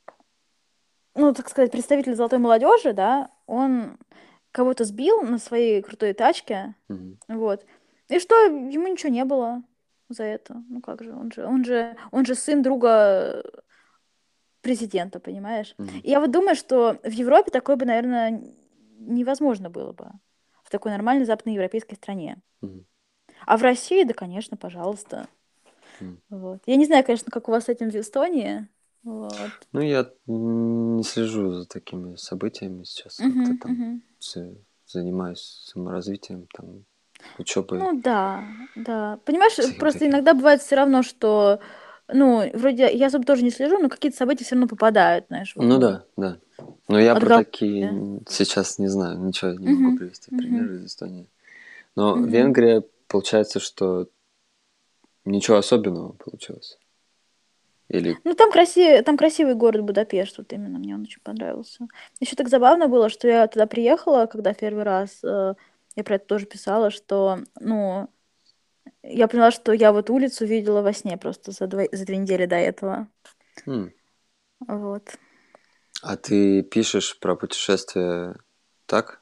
ну, так сказать, представитель золотой молодежи, да, он кого-то сбил на своей крутой тачке, Мгм, вот. И что, ему ничего не было за это. Ну как же, он же сын друга президента, понимаешь? мгм, И я вот думаю, что в Европе такое бы, наверное, невозможно было бы в такой нормальной западноевропейской стране. мгм, А в России, да, конечно, пожалуйста. мгм. Вот. Я не знаю, конечно, как у вас с этим в Эстонии. Вот. Ну, я не слежу за такими событиями сейчас. Как-то Мгм, там мгм. занимаюсь саморазвитием, там, учебой, Ну да, да. Понимаешь, всяким просто таким. иногда бывает все равно, что, ну, вроде я особо тоже не слежу, но какие-то события все равно попадают, знаешь, в Ну мой да, да. Но я про такие отголоски. сейчас не знаю, ничего не могу Мгм, привести мгм, пример из Эстонии. Но мгм. Венгрия, получается, что ничего особенного получилось. Или... Ну, там красивый город Будапешт, вот именно, мне он очень понравился. Еще так забавно было, что я туда приехала, когда в первый раз, я про это тоже писала, что, ну, я поняла, что я вот улицу видела во сне просто за 2 недели до этого. М, Вот. А ты пишешь про путешествия так?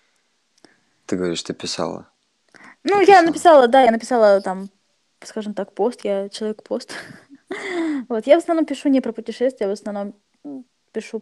Ты говоришь, ты писала. Ну, я Написала. написала, да, я написала там, скажем так, пост, я человек-пост. Вот, я в основном пишу не про путешествия, я в основном пишу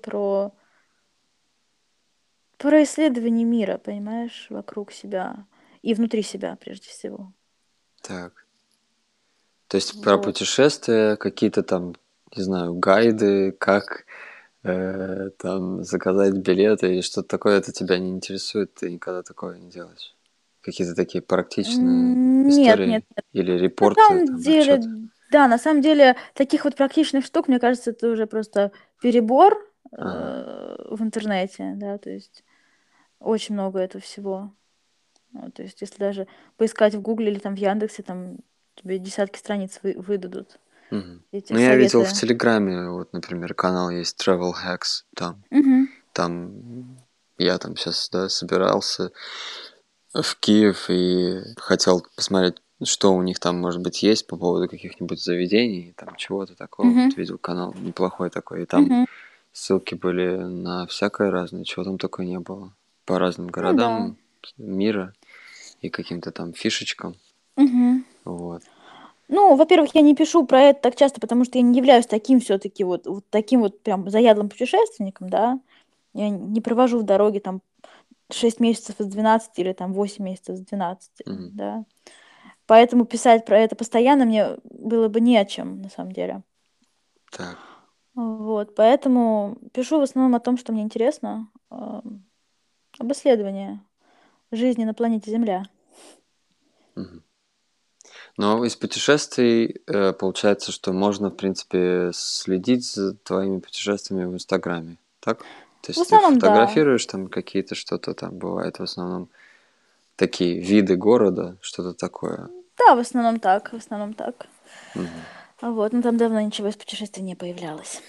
про исследование мира, понимаешь, вокруг себя и внутри себя, прежде всего. Так. То есть про Вот. путешествия, какие-то там, не знаю, гайды, как там заказать билеты или что-то такое, это тебя не интересует, ты никогда такое не делаешь. Какие-то такие практичные Нет, нет, истории нет. или На репорты, самом там, деле, отчеты. да, на самом деле, таких вот практичных штук, мне кажется, это уже просто перебор Ага. в интернете, да, то есть Очень много этого всего. То есть, если даже поискать в Гугле или там в Яндексе, там тебе десятки страниц выдадут Мгм. эти Ну, я видел в советы. Телеграме, вот, например, канал есть Travel Hacks, Мгм. там я там сейчас, да, собирался в Киев и хотел посмотреть, что у них там, может быть, есть по поводу каких-нибудь заведений, там чего-то такого. Мгм. Вот видел канал неплохой такой, и там Мгм. ссылки были на всякое разное, чего там только не было. По разным Ну да. городам мира и каким-то там фишечкам. Мгм. Вот. Ну, во-первых, я не пишу про это так часто, потому что я не являюсь таким все-таки вот таким вот прям заядлым путешественником, да. Я не провожу в дороге там 6 месяцев из 12 или там 8 месяцев из 12, Мгм. да. Поэтому писать про это постоянно мне было бы не о чем, на самом деле. Так. Вот, поэтому пишу в основном о том, что мне интересно, об исследовании жизни на планете Земля. Мгм. Но из путешествий получается, что можно, в принципе, следить за твоими путешествиями в Инстаграме, так? То В есть ты основном, да. фотографируешь там какие-то что-то там бывает в основном такие виды города, что-то такое. Да, в основном так, в основном так. Мгм. Вот, но там давно ничего из путешествий не появлялось.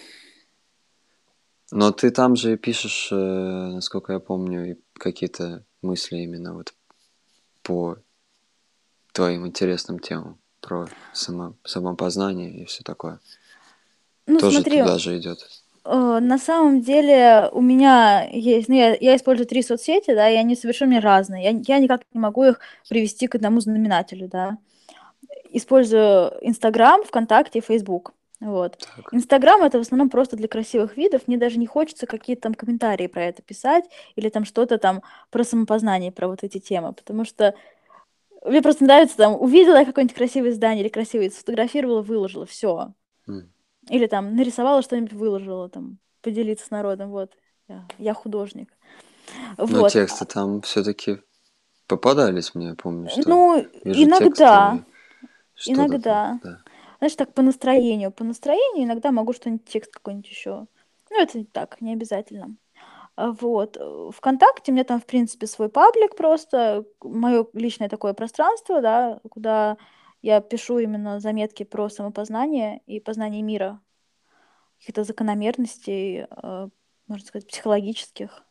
Но ты там же пишешь, насколько я помню, и какие-то мысли именно вот по твоим интересным темам про самопознание и все такое. Ну, Тоже смотри, туда же идет. на самом деле у меня есть, ну, я использую 3 соцсети, да, и они совершенно разные. Я никак не могу их привести к одному знаменателю, да. Использую Инстаграм, ВКонтакте и Фейсбук. Вот. Так. Инстаграм это в основном просто для красивых видов. Мне даже не хочется какие-то там комментарии про это писать или там что-то там про самопознание, про вот эти темы, потому что мне просто нравится там, увидела я какое-нибудь красивое здание или красивое, сфотографировала, выложила, все. М. Или там нарисовала что-нибудь, выложила, там, поделиться с народом, вот. Я художник. Но Вот. тексты там все-таки попадались мне, я помню, что Ну, вижу иногда, тексты, что-то там, иногда. да. Знаешь, так по настроению. По настроению иногда могу что-нибудь, текст какой-нибудь еще. Ну, это не так, не обязательно. Вот. ВКонтакте у меня там, в принципе, свой паблик просто, мое личное такое пространство, да, куда я пишу именно заметки про самопознание и познание мира, каких-то закономерностей, можно сказать, психологических.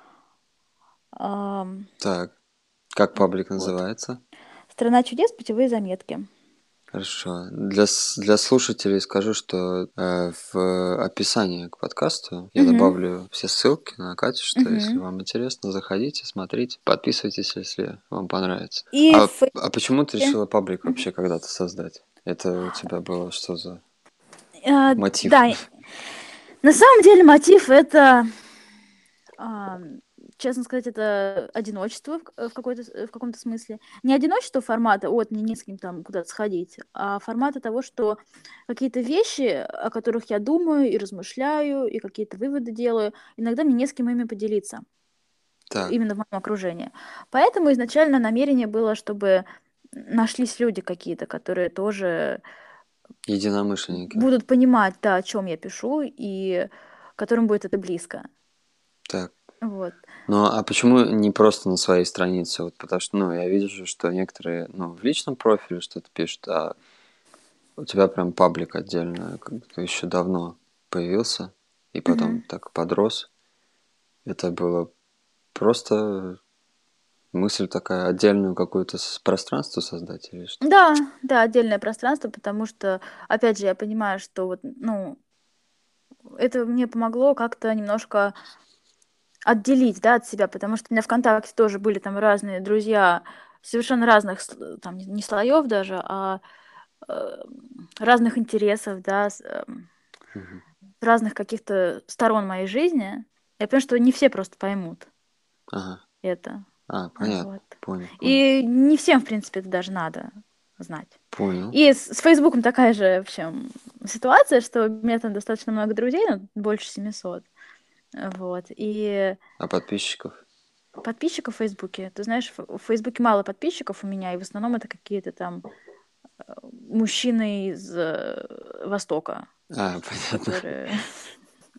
Ам, Так, как паблик Вот. называется? «Страна чудес. Путевые заметки». Хорошо. Для слушателей скажу, что в описании к подкасту я Мгм. добавлю все ссылки на Катю, что если Мгм. вам интересно, заходите, смотрите, подписывайтесь, если вам понравится. И в А почему ты Фейсбуке. решила паблик Мгм. вообще когда-то создать? Это у тебя было что за мотив? Да, на самом деле мотив это, честно сказать, это одиночество в каком-то смысле. Не одиночество формата, вот мне не с кем там куда-то сходить, а формата того, что какие-то вещи, о которых я думаю и размышляю, и какие-то выводы делаю, иногда мне не с кем ими поделиться, Так, именно в моем окружении. Поэтому изначально намерение было, чтобы нашлись люди какие-то, которые тоже единомышленники. будут понимать, да, о чем я пишу, и которым будет это близко. Так. Вот. Ну, а почему не просто на своей странице? Вот потому что, ну, я вижу, что некоторые, ну, в личном профиле что-то пишут, а у тебя прям паблик отдельно, как бы еще давно появился, и потом Мгм. так подрос. Это было просто мысль такая, отдельную какое-то пространство создать или что? Да, да, отдельное пространство, потому что, опять же, я понимаю, что вот, ну, это мне помогло как-то немножко отделить, да, от себя, потому что у меня ВКонтакте тоже были там разные друзья совершенно разных, там, не слоев даже, а э, разных интересов, да, Мгм. разных каких-то сторон моей жизни. Я понимаю, что не все просто поймут Ага. это. Понятно. Вот. Понял. И не всем, в принципе, это даже надо знать. Понял. И с Фейсбуком такая же, в общем, ситуация, что у меня там достаточно много друзей, ну, больше 700. Вот. И А подписчиков? подписчиков в Фейсбуке, ты знаешь, в Фейсбуке мало подписчиков у меня, и в основном это какие-то там мужчины из Востока, Понятно. которые...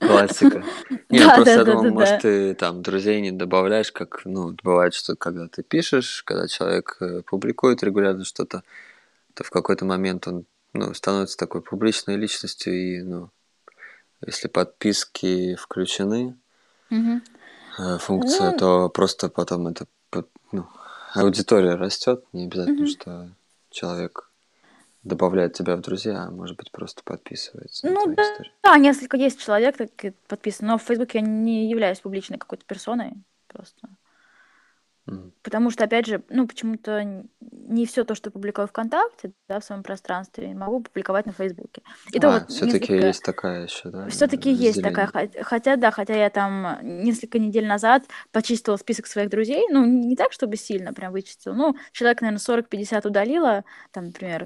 Классика. Не, Да, просто да, я да, думал, да, может, да. ты там друзей не добавляешь, как, ну, бывает, что когда ты пишешь, когда человек публикует регулярно что-то, то в какой-то момент он, ну, становится такой публичной личностью, и, ну, если подписки включены, Мгм. функция, Ну, то просто потом это, ну, аудитория растет, не обязательно, мгм. что человек добавляет тебя в друзья, а может быть просто подписывается на Ну твои да, истории. да, несколько есть человек так подписан, но в Фейсбуке я не являюсь публичной какой-то персоной просто. Мгм. Потому что, опять же, ну, почему-то не все то, что публикую ВКонтакте, да, в своем пространстве, могу публиковать на Фейсбуке. И то вот Все-таки несколько... есть такая еще, да, Все-таки есть такая, разделение. хотя, да, хотя я там несколько недель назад почистила список своих друзей, ну, не так, чтобы сильно прям вычистила, ну, человек, наверное, 40-50 удалила, там, например,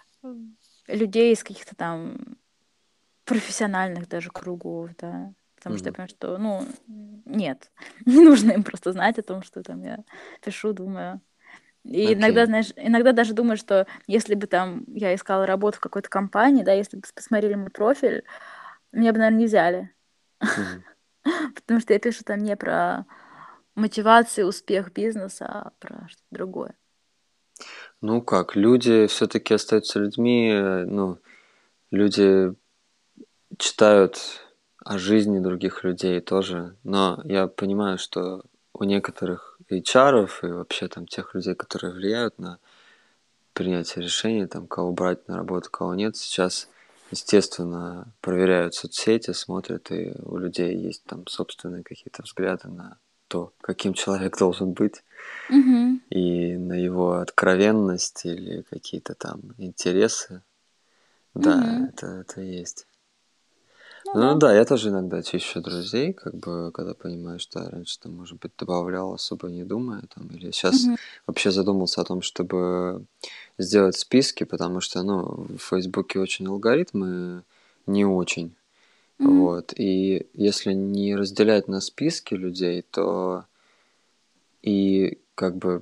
людей из каких-то там профессиональных даже кругов, да, потому что я Мгм. понимаю, что, ну, нет, не нужно им просто знать о том, что там я пишу, думаю. И иногда, Окей. знаешь, иногда даже думаю, что если бы там я искала работу в какой-то компании, да, если бы посмотрели мой профиль, меня бы, наверное, не взяли. Мгм. Потому что я пишу там не про мотивацию, успех бизнеса, а про что-то другое. Ну как, люди все-таки остаются людьми, ну, люди читают о жизни других людей тоже, но я понимаю, что у некоторых HR и вообще там тех людей, которые влияют на принятие решений, там, кого брать на работу, кого нет, сейчас, естественно, проверяют соцсети, смотрят, и у людей есть там собственные какие-то взгляды на то, каким человек должен быть, Угу. и на его откровенность или какие-то там интересы. Да, Угу. это есть. Ну Ну да. да, я тоже иногда чищу друзей, как бы, когда понимаю, что я раньше там, может быть, добавлял, особо не думая, там, или сейчас Угу. вообще задумался о том, чтобы сделать списки, потому что, ну, в Фейсбуке очень алгоритмы не очень, Угу. вот, и если не разделять на списки людей, то и как бы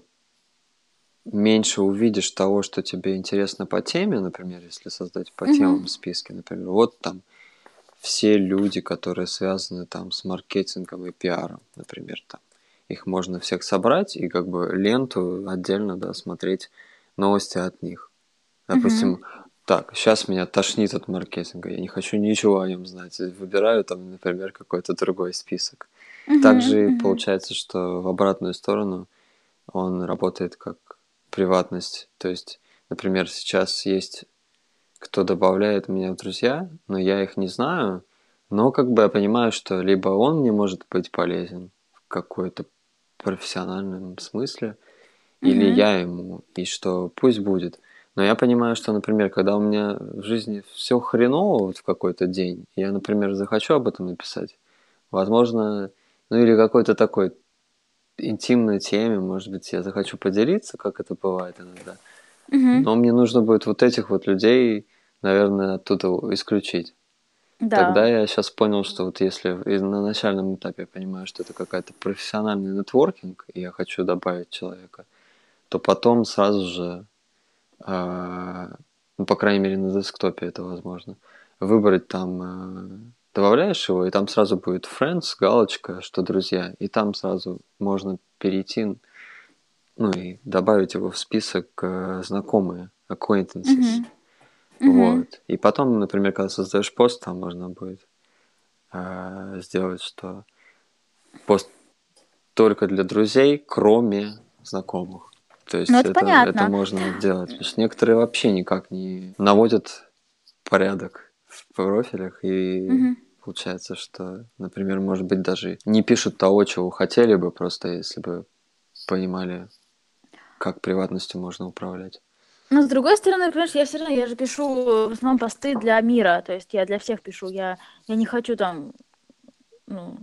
меньше увидишь того, что тебе интересно по теме, например, если создать по Угу. темам списки, например, вот там все люди, которые связаны там с маркетингом и пиаром, например, там. Их можно всех собрать и как бы ленту отдельно, да, смотреть новости от них. Угу. Допустим, так, сейчас меня тошнит от маркетинга, я не хочу ничего о нем знать. Выбираю там, например, какой-то другой список. Также Угу. получается, что в обратную сторону он работает как приватность. То есть, например, сейчас есть кто добавляет меня в друзья, но я их не знаю. Но как бы я понимаю, что либо он мне может быть полезен в какой-то профессиональном смысле, или Угу. я ему, и что пусть будет. Но я понимаю, что, например, когда у меня в жизни все хреново вот в какой-то день, я, например, захочу об этом написать, возможно, ну или какой-то такой интимной теме, может быть, я захочу поделиться, как это бывает иногда. Угу. Но мне нужно будет вот этих вот людей, наверное, оттуда исключить. Тогда Да. я сейчас понял, что вот если на начальном этапе я понимаю, что это какая-то профессиональный нетворкинг, и я хочу добавить человека, то потом сразу же, ну, по крайней мере, на десктопе это возможно, выбрать там, добавляешь его, и там сразу будет friends, галочка, что друзья, и там сразу можно перейти, ну и добавить его в список знакомые, acquaintances. Угу. Угу. Вот. И потом, например, когда создаешь пост, там можно будет сделать, что пост только для друзей, кроме знакомых. То Ну, есть это это понятно. можно делать. Потому что некоторые вообще никак не наводят порядок в профилях. И Угу. получается, что, например, может быть, даже не пишут того, чего хотели бы, просто если бы понимали, как приватностью можно управлять. Но с другой стороны, понимаешь, я все равно, я же пишу в основном посты для мира, то есть я для всех пишу, я не хочу там, ну,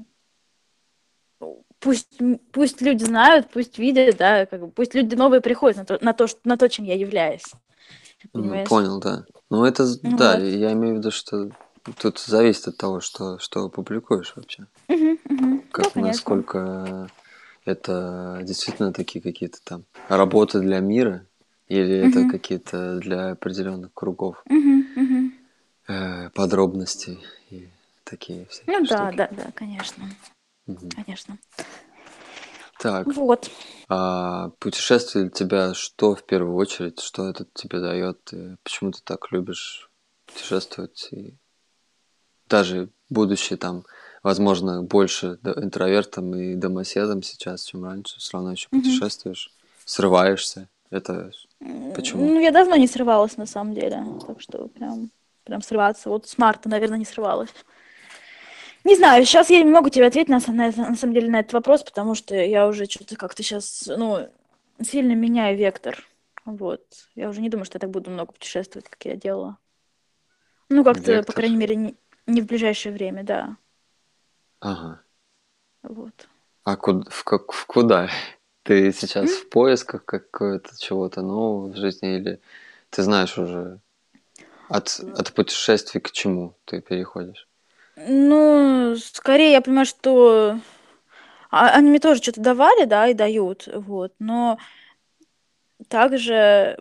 пусть люди знают, пусть видят, да, как бы, пусть люди новые приходят на то, чем я являюсь, понимаешь? Понял, да. Ну, это, да, Вот. я имею в виду, что тут зависит от того, что публикуешь вообще. Мгм. Да, Как конечно. насколько это действительно такие какие-то там работы для мира, или это Мгм. какие-то для определенных кругов Мгм. Мгм. подробностей и такие всякие Ну да, штуки. да, конечно, Мгм. конечно. Так, Вот. а путешествие для тебя что в первую очередь, что это тебе дает, почему ты так любишь путешествовать, и даже будучи там, возможно, больше интровертом и домоседом сейчас, чем раньше, все равно еще Мгм. путешествуешь, срываешься. Это почему? Ну, я давно не срывалась, на самом деле. Так что прям срываться. Вот с марта, наверное, не срывалась. Не знаю, сейчас я не могу тебе ответить на самом деле на этот вопрос, потому что я уже что-то как-то сейчас, ну, сильно меняю вектор. Вот. Я уже не думаю, что я так буду много путешествовать, как я делала. Ну, как-то, по Вектор. крайней мере, не в ближайшее время, да. Ага. Вот. А в куда? Ты сейчас М? в поисках какого-то чего-то нового в жизни или ты знаешь уже от путешествий к чему ты переходишь? Ну, скорее я понимаю, что они мне тоже что-то давали, да, и дают, вот. Но также,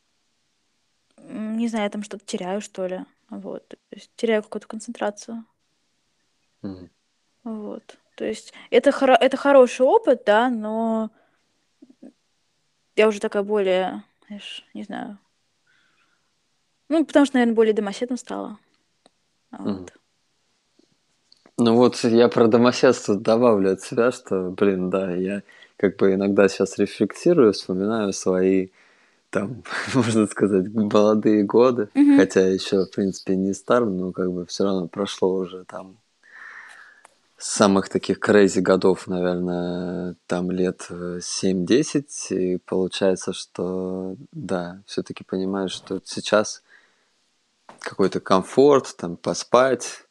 не знаю, я там что-то теряю, что ли. Вот. То есть теряю какую-то концентрацию. Мгм. Вот. То есть это хороший опыт, да, но я уже такая более, знаешь, не знаю. Ну, потому что, наверное, более домоседом стала. Мгм. Вот. Ну вот я про домоседство добавлю от себя, что, блин, да, я как бы иногда сейчас рефлексирую, вспоминаю свои там, можно сказать, молодые годы, Мгм. хотя еще, в принципе, не стар, но как бы все равно прошло уже там с самых таких crazy годов, наверное, там лет 7-10, и получается, что да, все-таки понимаешь, что сейчас какой-то комфорт, там поспать,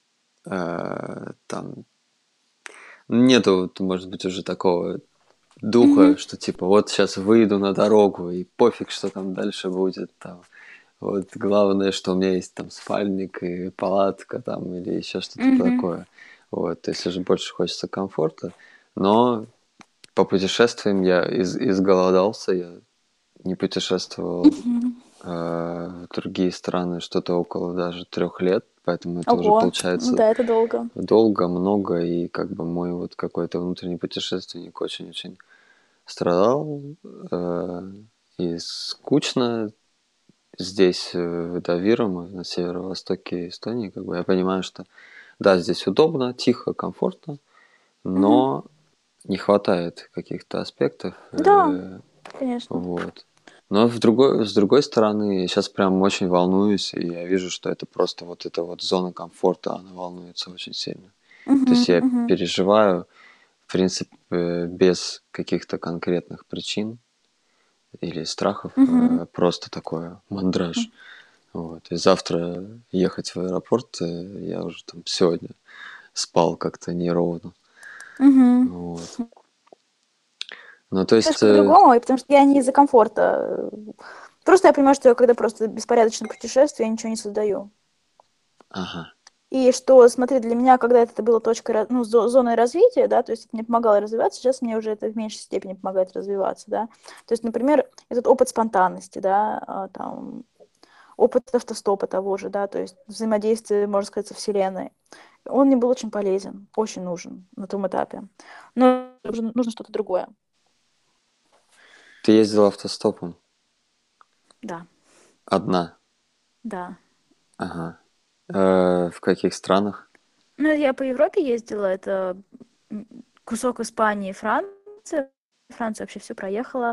там нету, вот, может быть, уже такого духа, Мгм. что типа вот сейчас выйду на дорогу и пофиг, что там дальше будет, там. Вот главное, что у меня есть там спальник и палатка там или еще что-то Мгм. такое. Вот, то есть уже больше хочется комфорта, но по путешествиям я изголодался, я не путешествовал Мгм. в другие страны что-то около даже 3 лет, поэтому это уже Ого. Ну получается да, это долго. долго, много, и как бы мой вот какой-то внутренний путешественник очень-очень страдал, э, и скучно здесь, до Вирома, на северо-востоке Эстонии, как бы я понимаю, что да, здесь удобно, тихо, комфортно, Мгм. но не хватает каких-то аспектов, Да, конечно. вот. Но с другой стороны, я сейчас прям очень волнуюсь, и я вижу, что это просто вот эта вот зона комфорта, она волнуется очень сильно. То Мгм. есть я Мгм. переживаю, в принципе, без каких-то конкретных причин или страхов, Мгм. просто такое мандраж. Вот. И завтра ехать в аэропорт, я уже там сегодня спал как-то неровно. Мгм. Вот. Ну, то есть, Немножко по-другому, и потому что я не из-за комфорта. Просто я понимаю, что я когда просто беспорядочно путешествую, я ничего не создаю. ага. И что, смотри, для меня, когда это было точкой, ну, зоной развития, да, то есть это мне помогало развиваться, сейчас мне уже это в меньшей степени помогает развиваться, да. То есть, например, этот опыт спонтанности, да, там, опыт автостопа того же, да, то есть взаимодействие, можно сказать, со Вселенной. Он мне был очень полезен, очень нужен на том этапе. Но нужно что-то другое, Ты ездила автостопом? да, Одна? да. Ага. В каких странах? Ну, я по Европе ездила, это кусок Испании, Франция. Франция вообще все проехала.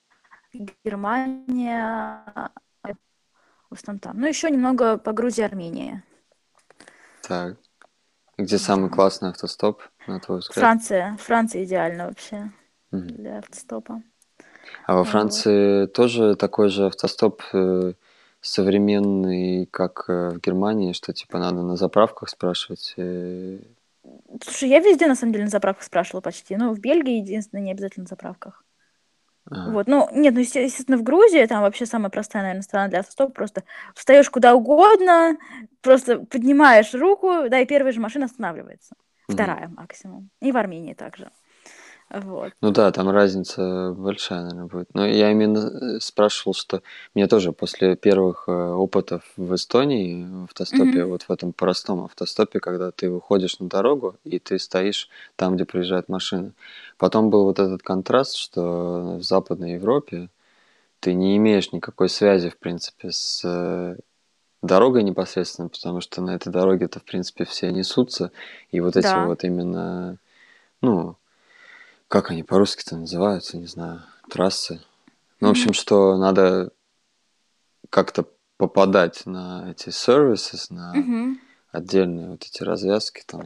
Германия, в основном там. Ну, еще немного по Грузии, Армении. Так. Где самый Да. классный автостоп, на твой взгляд? Франция идеально вообще Мгм. для автостопа. А во Вот. Франции тоже такой же автостоп современный, как в Германии, что типа надо на заправках спрашивать? Слушай, я везде, на самом деле, на заправках спрашивала почти. Ну, в Бельгии единственное, не обязательно на заправках. А, Вот, ну, нет, ну, естественно, в Грузии, там вообще самая простая, наверное, страна для автостопа, просто встаешь куда угодно, просто поднимаешь руку, да, и первая же машина останавливается. мгм. Вторая максимум. И в Армении также. Вот. Ну да, там разница большая, наверное, будет. Но я именно спрашивал, что мне тоже после первых опытов в Эстонии в автостопе, Мгм. вот в этом простом автостопе, когда ты выходишь на дорогу и ты стоишь там, где проезжает машина. Потом был вот этот контраст, что в Западной Европе ты не имеешь никакой связи, в принципе, с дорогой непосредственно, потому что на этой дороге-то, в принципе, все несутся, и вот эти Да. вот именно, ну, как они по-русски-то называются, не знаю, трассы. Ну, в общем, Мгм. что надо как-то попадать на эти services, на Мгм. отдельные вот эти развязки, там,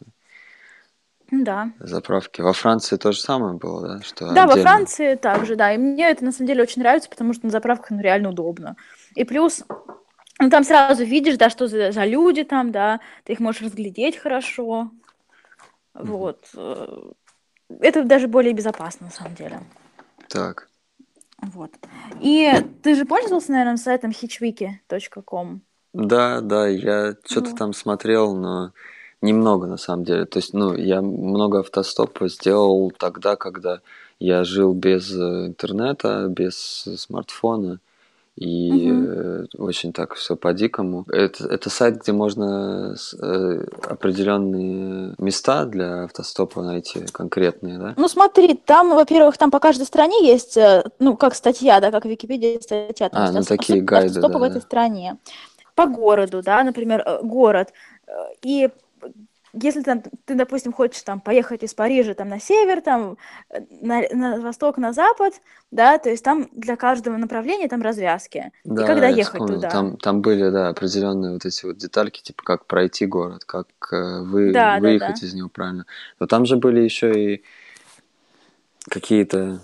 Да. заправки. Во Франции то же самое было, да, что Да, во отдельно. Франции также, да. И мне это на самом деле очень нравится, потому что на заправках ну, реально удобно. И плюс, ну, там сразу видишь, да, что за люди там, да, ты их можешь разглядеть хорошо. Мгм. Вот. Это даже более безопасно, на самом деле. Так. Вот. И ты же пользовался, наверное, сайтом hitchwiki.com? Да, да, я что-то Вот. там смотрел, но немного на самом деле. То есть, ну, я много автостопа сделал тогда, когда я жил без интернета, без смартфона. И Мгм. очень так все по-дикому. Это сайт, где можно определенные места для автостопа найти, конкретные, да? Ну, смотри, там, во-первых, там по каждой стране есть, ну, как статья, да, как в Википедии статья, там А, есть ну такие особенности гайды, автостопа да, в этой да. стране. По городу, да, например, город. И если там ты, допустим, хочешь там поехать из Парижа там на север, там на восток, на запад, да, то есть там для каждого направления там развязки. И Да, когда да, я ехать вспомнил. туда. Там были, да, определенные вот эти вот детальки, типа как пройти город, как Да, да, да. выехать из него правильно. Но там же были еще и какие-то.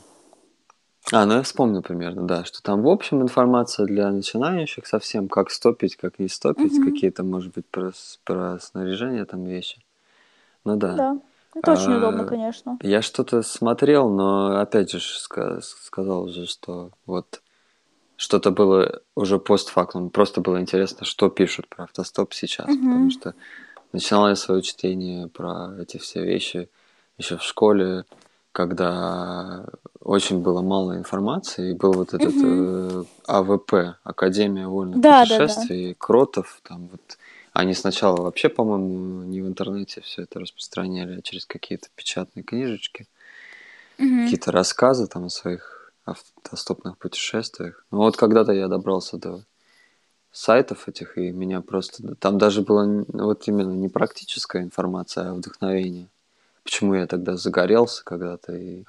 А, ну я вспомнил примерно, да, что там в общем информация для начинающих совсем, как стопить, как не стопить, Мгм. какие-то, может быть, про снаряжение там вещи. Ну Ну да. да, это очень удобно, А, конечно. я что-то смотрел, но опять же сказал же, что вот что-то было уже постфактум. Просто было интересно, что пишут про автостоп сейчас, потому Мгм. что начинал я свое чтение про эти все вещи еще в школе, когда очень было мало информации, и был вот этот Мгм. АВП, Академия вольных Да, да, да. путешествий, Кротов, там вот они сначала вообще, по-моему, не в интернете все это распространяли, а через какие-то печатные книжечки, Мгм. какие-то рассказы там о своих автостопных путешествиях. Ну вот когда-то я добрался до сайтов этих, и меня просто... Там даже была вот именно не практическая информация, а вдохновение. Почему я тогда загорелся когда-то и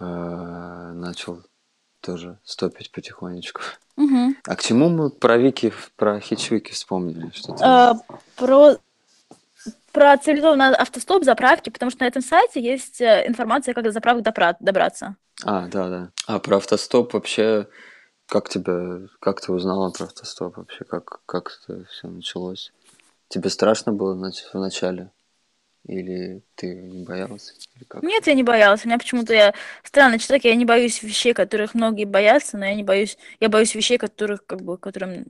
начал тоже стопить потихонечку. Мгм. А к чему мы про хичвики вспомнили? Что-то... А, про про цивилизованный автостоп, заправки, потому что на этом сайте есть информация, как до заправок добраться. А, да, да. А про автостоп вообще... Как ты узнала про автостоп вообще? Как это все началось? Тебе страшно было в начале? Или ты не боялась? Или как? Нет, я не боялась. У меня почему-то я странный человек, я не боюсь вещей, которых многие боятся, но я не боюсь, я боюсь вещей, которых как бы, которым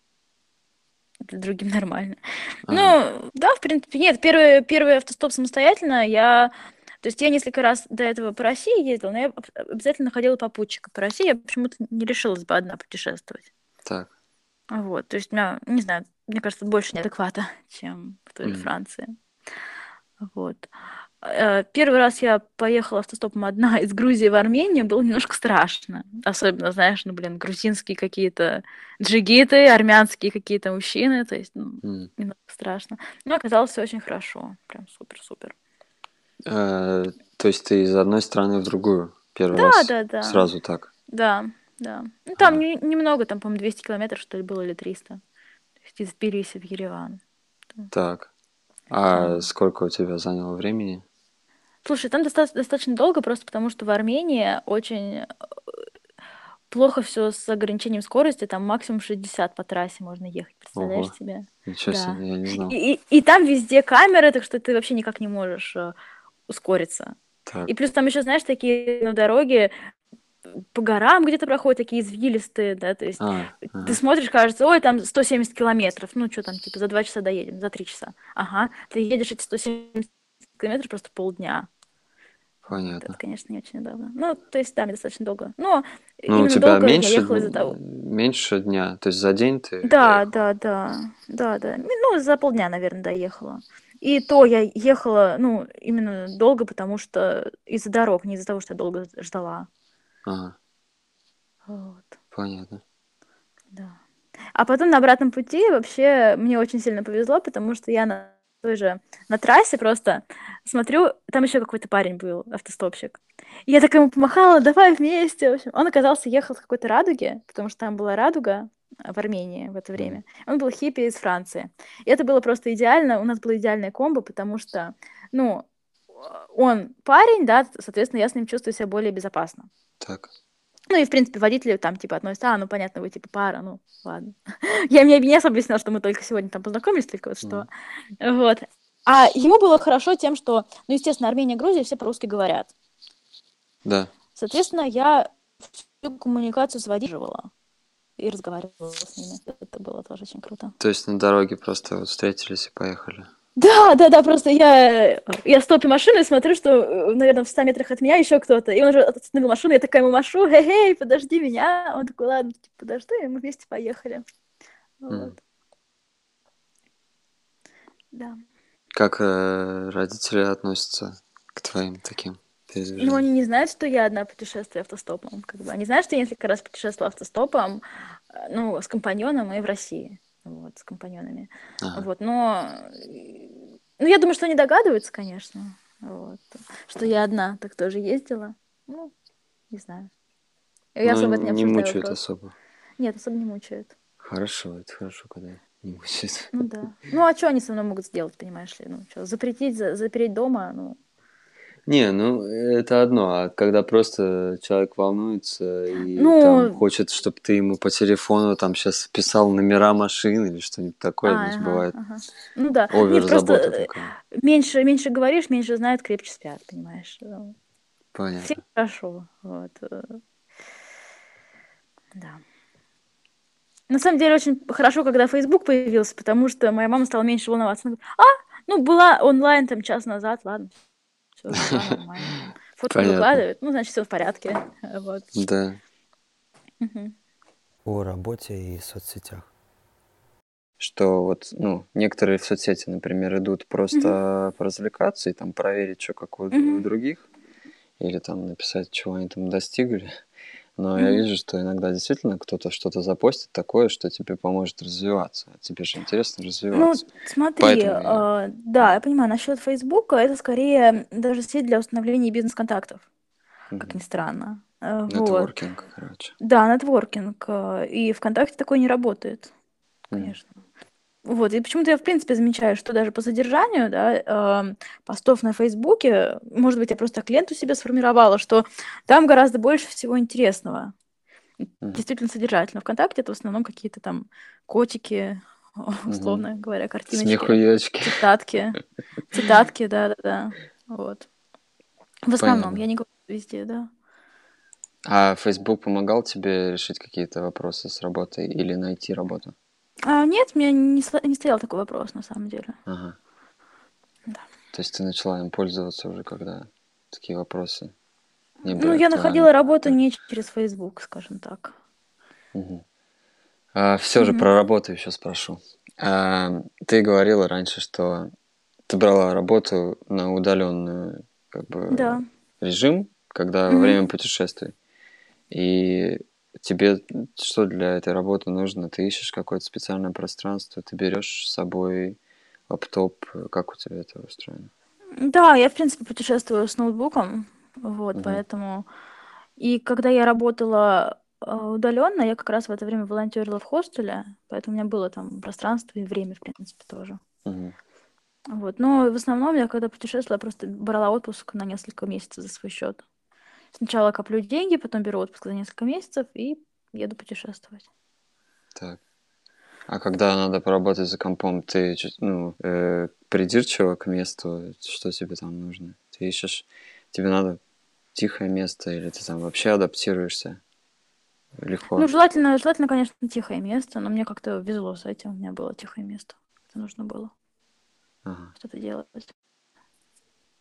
другим нормально. Ага, Ну, да, в принципе, нет, первый автостоп самостоятельно то есть я несколько раз до этого по России ездила, но я обязательно ходила попутчика по России, я почему-то не решилась бы одна путешествовать. так. Вот, то есть у меня, не знаю, мне кажется, больше неадеквата, чем в той же М, Франции. Вот. Первый раз я поехала автостопом одна из Грузии в Армению, было немножко страшно. Особенно, знаешь, ну, блин, грузинские какие-то джигиты, армянские какие-то мужчины, то есть, ну, м. немного страшно. Но оказалось все очень хорошо, прям супер-супер. То есть ты из одной страны в другую первый Да, раз да, да, сразу так? да, да. Ну, там Ага, немного, там, по-моему, 200 километров, что ли, было, или 300. То есть из Тбилиси в Ереван. так. А Там сколько у тебя заняло времени? Слушай, там достаточно долго, просто потому что в Армении очень плохо все с ограничением скорости, там максимум 60 по трассе можно ехать, представляешь Ого, себе? ничего Да. себе, я не знал. И там везде камеры, так что ты вообще никак не можешь ускориться. И Так. плюс там еще, знаешь, такие дороги по горам где-то проходят, такие извилистые, да, то есть ты Ага. смотришь, кажется, ой, там 170 километров, ну что там, типа за 2 часа доедем, за 3 часа. Ага, ты едешь эти 170 километров просто полдня. Вот, это, Понятно. конечно, не очень удобно. Ну, то есть, да, мне достаточно долго. Но Ну, у именно тебя долго я ехала из-за того. меньше дня, то есть за день ты Да, доехала. да. Ну, за полдня, наверное, доехала. И то я ехала, ну, именно долго, потому что из-за дорог, не из-за того, что я долго ждала. Ага, Вот, понятно. да. А потом на обратном пути вообще мне очень сильно повезло, потому что я на той же, на трассе просто смотрю, там еще какой-то парень был, автостопщик. И я так ему помахала, давай вместе. В общем, он оказался, ехал в какой-то радуге, потому что там была радуга в Армении в это Мгм. время. Он был хиппи из Франции. И это было просто идеально, у нас было идеальное комбо, потому что, ну, он парень, да, соответственно, я с ним чувствую себя более безопасно. Так. Ну и, в принципе, водители там, типа, относятся, ну, понятно, вы, типа, пара, ну, ладно. Я мне не особо объясняла, что мы только сегодня там познакомились, только вот что. Мгм. Вот. А ему было хорошо тем, что, ну, естественно, Армения, Грузия, все по-русски говорят. Да. Соответственно, я всю коммуникацию с водителем и разговаривала с ними. Это было тоже очень круто. То есть на дороге просто вот встретились и поехали. Да, просто я стопи машину и смотрю, что, наверное, в 100 метрах от меня еще кто-то. И он уже остановил машину, я такая ему машу, хей, подожди меня. Он такой, ладно, типа, подожди, и мы вместе поехали. Вот, Мгм. да. Как родители относятся к твоим таким Ну, передвижениям? они не знают, что я одна путешествую автостопом. Как бы. Они знают, что я несколько раз путешествовала автостопом, ну, с компаньоном и в России. Вот, с компаньонами. Ага. Вот, но... Ну, я думаю, что они догадываются, конечно. Вот. Что я одна так тоже ездила. Ну, не знаю. Я Но особо это не не обсуждаю мучают вопрос. особо. Нет, особо не мучают. Хорошо, это хорошо, когда не мучают. Ну да. Ну, а что они со мной могут сделать, понимаешь ли? Ну, что, запретить, запереть дома, ну... Не, ну это одно, а когда просто человек волнуется и там Ну, хочет, чтобы ты ему по телефону там сейчас писал номера машин или что-нибудь такое, значит, бывает ага. Ну да. Не, просто оверзабота такая. меньше говоришь, меньше знают, крепче спят, понимаешь? Все Понятно. хорошо. Вот. Да. На самом деле очень хорошо, когда Facebook появился, потому что моя мама стала меньше волноваться. Она говорит, ну, была онлайн там час назад, ладно, все жива, нормально. Фотки не Понятно. выкладывает, ну, значит, все в порядке. Вот. Да. Мгм. О работе и соцсетях. Что вот, ну, некоторые в соцсети, например, идут Мгм. просто поразвлекаться и там проверить, что как у Мгм. других, или там написать, чего они там достигли. Но я Мгм. вижу, что иногда действительно кто-то что-то запостит такое, что тебе поможет развиваться. А тебе же интересно Ну, развиваться. смотри, Поэтому я... да, я понимаю, насчет Фейсбука это скорее даже сеть для установления бизнес-контактов, как ни странно. Вот. Нетворкинг, короче. Да, нетворкинг. И ВКонтакте такой не работает, Мгм. конечно. Вот, и почему-то я, в принципе, замечаю, что даже по содержанию, да, постов на Фейсбуке, может быть, я просто так ленту себе сформировала, что там гораздо больше всего интересного. Мгм. Действительно содержательно. ВКонтакте это в основном какие-то там котики, Мгм. условно говоря, картиночки, Смехуёчки. цитатки, да. Вот. В основном, Понятно. я не говорю везде, да. А Facebook помогал тебе решить какие-то вопросы с работой или найти работу? Нет, у меня не стоял такой вопрос, на самом деле. Ага. Да. То есть ты начала им пользоваться уже, когда такие вопросы не Ну, были я актуальны. находила работу не через Facebook, скажем так. Все же Мгм. про работу еще спрошу. Ты говорила раньше, что ты брала работу на удаленную как бы Да. режим, когда во Мгм. время путешествий. И тебе что для этой работы нужно? Ты ищешь какое-то специальное пространство, ты берешь с собой лаптоп, как у тебя это устроено? Да, я, в принципе, путешествую с ноутбуком, вот, Мгм. поэтому... И когда я работала удаленно, я как раз в это время волонтерила в хостеле, поэтому у меня было там пространство и время, в принципе, тоже. Мгм. Вот. Но в основном я, когда путешествовала, я просто брала отпуск на несколько месяцев за свой счет. Сначала коплю деньги, потом беру отпуск за несколько месяцев и еду путешествовать. Так. А когда надо поработать за компом, ты придирчива к месту, что тебе там нужно? Ты ищешь, тебе надо тихое место, или ты там вообще адаптируешься Ну, легко? желательно, конечно, тихое место, но мне как-то везло с этим, у меня было тихое место, где нужно было Ага. что-то делать.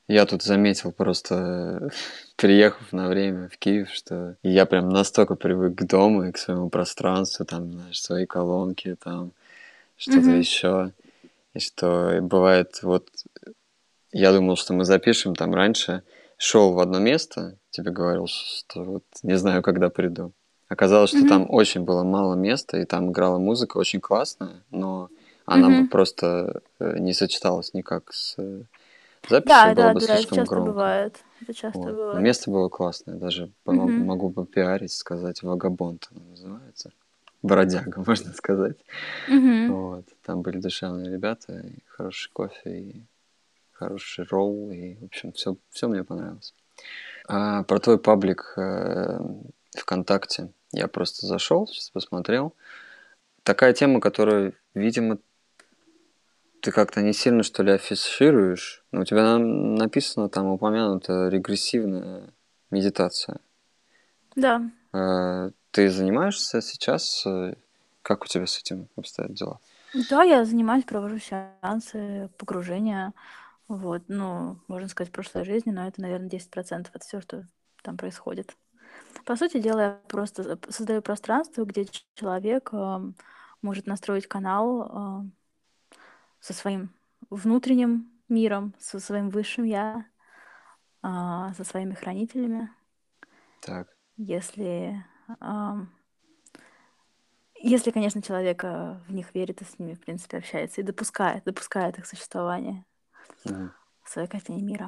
Я тут заметил просто, приехав на время в Киев, что я прям настолько привык к дому и к своему пространству, там, знаешь, свои колонки, там, что-то Мгм. еще. И что бывает, вот, я думал, что мы запишем там раньше, шел в одно место, тебе говорил, что вот не знаю, когда приду. Оказалось, что Мгм. там очень было мало места, и там играла музыка очень классная, но она бы Мгм. просто не сочеталась никак с записью, Да, было да, бы да, это слишком часто громко. бывает. Это часто Вот. Но бывает. место было классное, даже Мгм. могу попиарить, сказать, Вагабонд оно называется. Бродяга, можно сказать. Мгм. Вот. Там были душевные ребята, и хороший кофе, и хороший ролл, и, в общем, все мне понравилось. А про твой паблик ВКонтакте я просто зашел, сейчас посмотрел. Такая тема, которую, видимо, ты как-то не сильно, что ли, афишируешь. Но у тебя написано, там упомянута регрессивная медитация. Да. Ты занимаешься сейчас? Как у тебя с этим обстоят дела? Да, я занимаюсь, провожу сеансы, погружения. Вот, ну, можно сказать, в прошлой жизни, но это, наверное, 10% от всего, что там происходит. По сути дела, я просто создаю пространство, где человек может настроить канал со своим внутренним миром, со своим высшим я, со своими хранителями, Так. если, ам, если, конечно, человек в них верит и с ними, в принципе, общается и допускает их существование Мгм. в своей картине мира.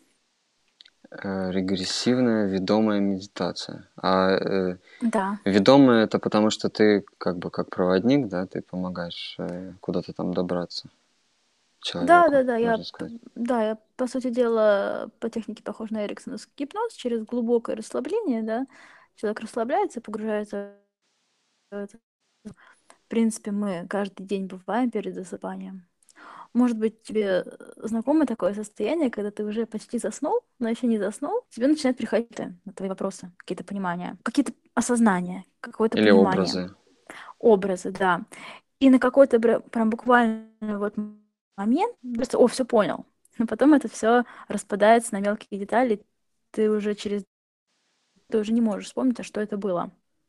Регрессивная ведомая медитация. Да, Ведомая это потому, что ты как бы как проводник, да, ты помогаешь куда-то там добраться да, человеку, да, да, можно сказать. я, по сути дела, по технике похож на Эриксоновский гипноз, через глубокое расслабление, да, человек расслабляется, погружается в это. В принципе, мы каждый день бываем перед засыпанием. Может быть, тебе знакомо такое состояние, когда ты уже почти заснул, но еще не заснул, тебе начинают приходить на твои вопросы, какие-то понимания, какие-то осознания, какое-то Или понимание, образы. образы, да. И на какой-то прям буквально вот момент, просто, о, все понял. Но потом это все распадается на мелкие детали, ты уже через... ты уже не можешь вспомнить, а что это было.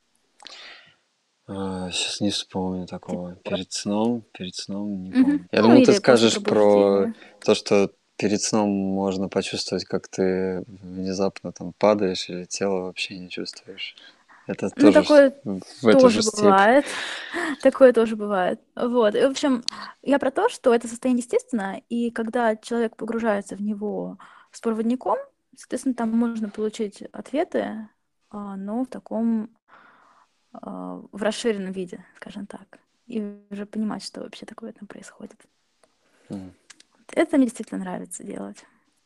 Сейчас не вспомню такого. Типа, Перед сном не мгм. помню. Я Ну, думал, ты или после скажешь про пробуждения. то, что перед сном можно почувствовать, как ты внезапно там падаешь, или тело вообще не чувствуешь. Это Ну, тоже такое в эту же тоже степь. бывает. Такое тоже бывает. Вот. И, в общем, я про то, что это состояние естественно, и когда человек погружается в него с проводником, соответственно, там можно получить ответы, но в таком, в расширенном виде, скажем так. И уже понимать, что вообще такое там происходит. Мгм. Это мне действительно нравится делать.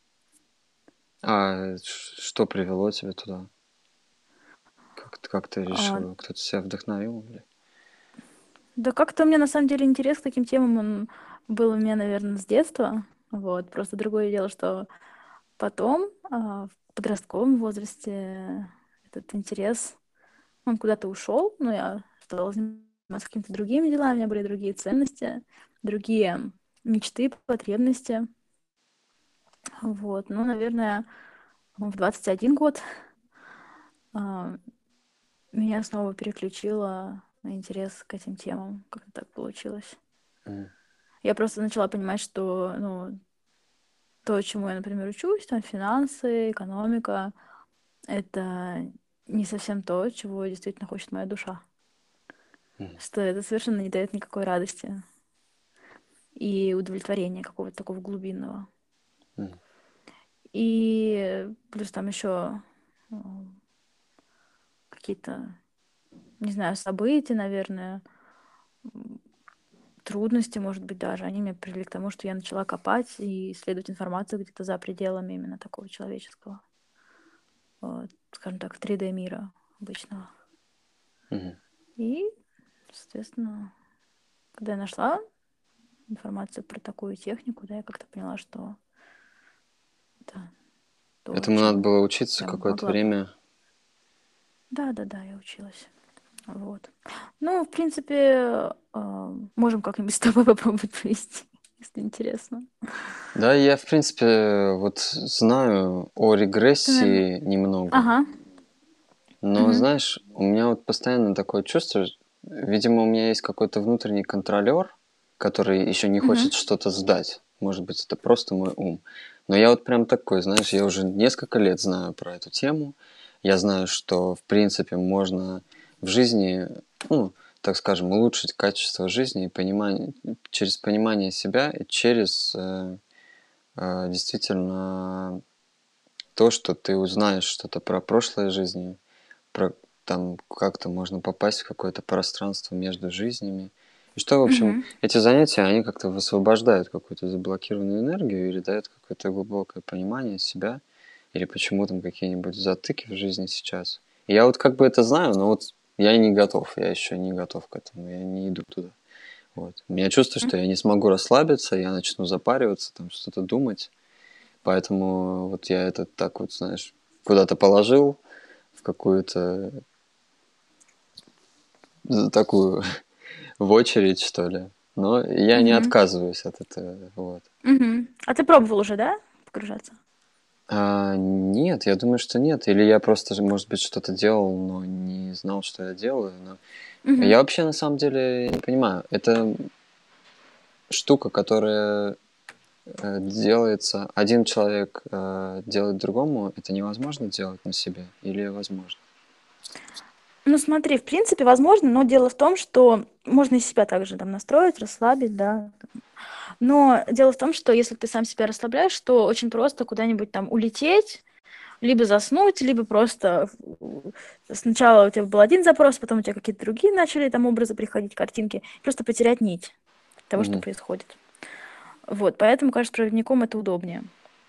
Что привело тебя туда? Как ты А, решила? Кто-то себя вдохновил? Или? Да как-то у меня на самом деле интерес к таким темам, он был у меня, наверное, с детства. Вот. Просто другое дело, что потом, в подростковом возрасте, этот интерес, он куда-то ушел, но я стала заниматься какими-то другими делами, у меня были другие ценности, другие мечты, потребности. Вот. Ну, наверное, в 21 год а, меня снова переключило на интерес к этим темам. Как-то так получилось. Мгм. Я просто начала понимать, что, ну, то, чему я, например, учусь, там, финансы, экономика, это не совсем то, чего действительно хочет моя душа. Мгм. Что это совершенно не дает никакой радости и удовлетворения какого-то такого глубинного. Мгм. И плюс там еще какие-то, не знаю, события, наверное, трудности, может быть, даже, они меня привели к тому, что я начала копать и исследовать информацию где-то за пределами именно такого человеческого, вот, скажем так, 3D мира обычного. Мгм. И, соответственно, когда я нашла информацию про такую технику, да, я как-то поняла, что это то, Этому надо чему было учиться я какое-то могла бы. время. Да, да, да, я училась. Вот. Ну, в принципе, можем как-нибудь с тобой попробовать провести. если интересно. Да, я, в принципе, вот знаю о Ты, наверно- регрессии немного. Ага. Но, Мгм. знаешь, у меня вот постоянно такое чувство, видимо, у меня есть какой-то внутренний контролер, который еще не Мгм. хочет что-то сдать. Может быть, это просто мой ум. Но я вот прям такой, знаешь, я уже несколько лет знаю про эту тему. Я знаю, что, в принципе, можно в жизни, ну, так скажем, улучшить качество жизни и понимание, через понимание себя и через действительно то, что ты узнаешь что-то про прошлое жизни, про там как-то можно попасть в какое-то пространство между жизнями. И что, в общем, Мгм. эти занятия, они как-то высвобождают какую-то заблокированную энергию или дают какое-то глубокое понимание себя, или почему там какие-нибудь затыки в жизни сейчас. И я вот как бы это знаю, но вот я не готов, я еще не готов к этому, я не иду туда. Вот. У меня чувство, что я не смогу расслабиться, я начну запариваться, там что-то думать. Поэтому вот я это так вот, знаешь, куда-то положил в какую-то такую в очередь, что ли. Но я не Мгм. отказываюсь от этого. Вот. Мгм. А ты пробовал уже, да, погружаться? Нет, я думаю, что нет. Или я просто, может быть, что-то делал, но не знал, что я делаю. Но Мгм. я вообще на самом деле не понимаю. Это штука, которая делается, один человек делает другому, это невозможно делать на себе или возможно? Ну, смотри, в принципе, возможно, но дело в том, что можно и себя также там настроить, расслабить, да. Но дело в том, что если ты сам себя расслабляешь, то очень просто куда-нибудь там улететь, либо заснуть, либо просто сначала у тебя был один запрос, потом у тебя какие-то другие начали там образы приходить, картинки, просто потерять нить того, что Мгм. происходит. Вот, поэтому, кажется, проводником это удобнее.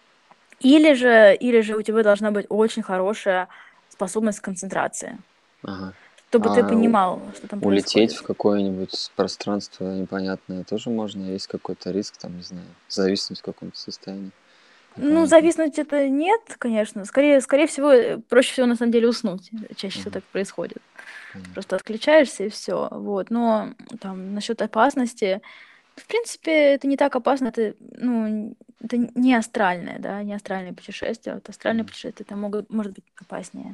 Или же у тебя должна быть очень хорошая способность к концентрации, Ага. чтобы ты А понимал, что там улететь в происходит. какое-нибудь пространство непонятное тоже можно? Есть какой-то риск, там, не знаю, зависнуть в каком-то состоянии Ну, непонятном? зависнуть это нет, конечно. Скорее всего, проще всего на самом деле уснуть. Чаще всего Ага, так происходит. понятно. Просто отключаешься и все. Вот. Но там насчет опасности, в принципе, это не так опасно. Это, ну, это не астральное, да, не астральное путешествие. Вот астральное Мгм, путешествие это может быть опаснее,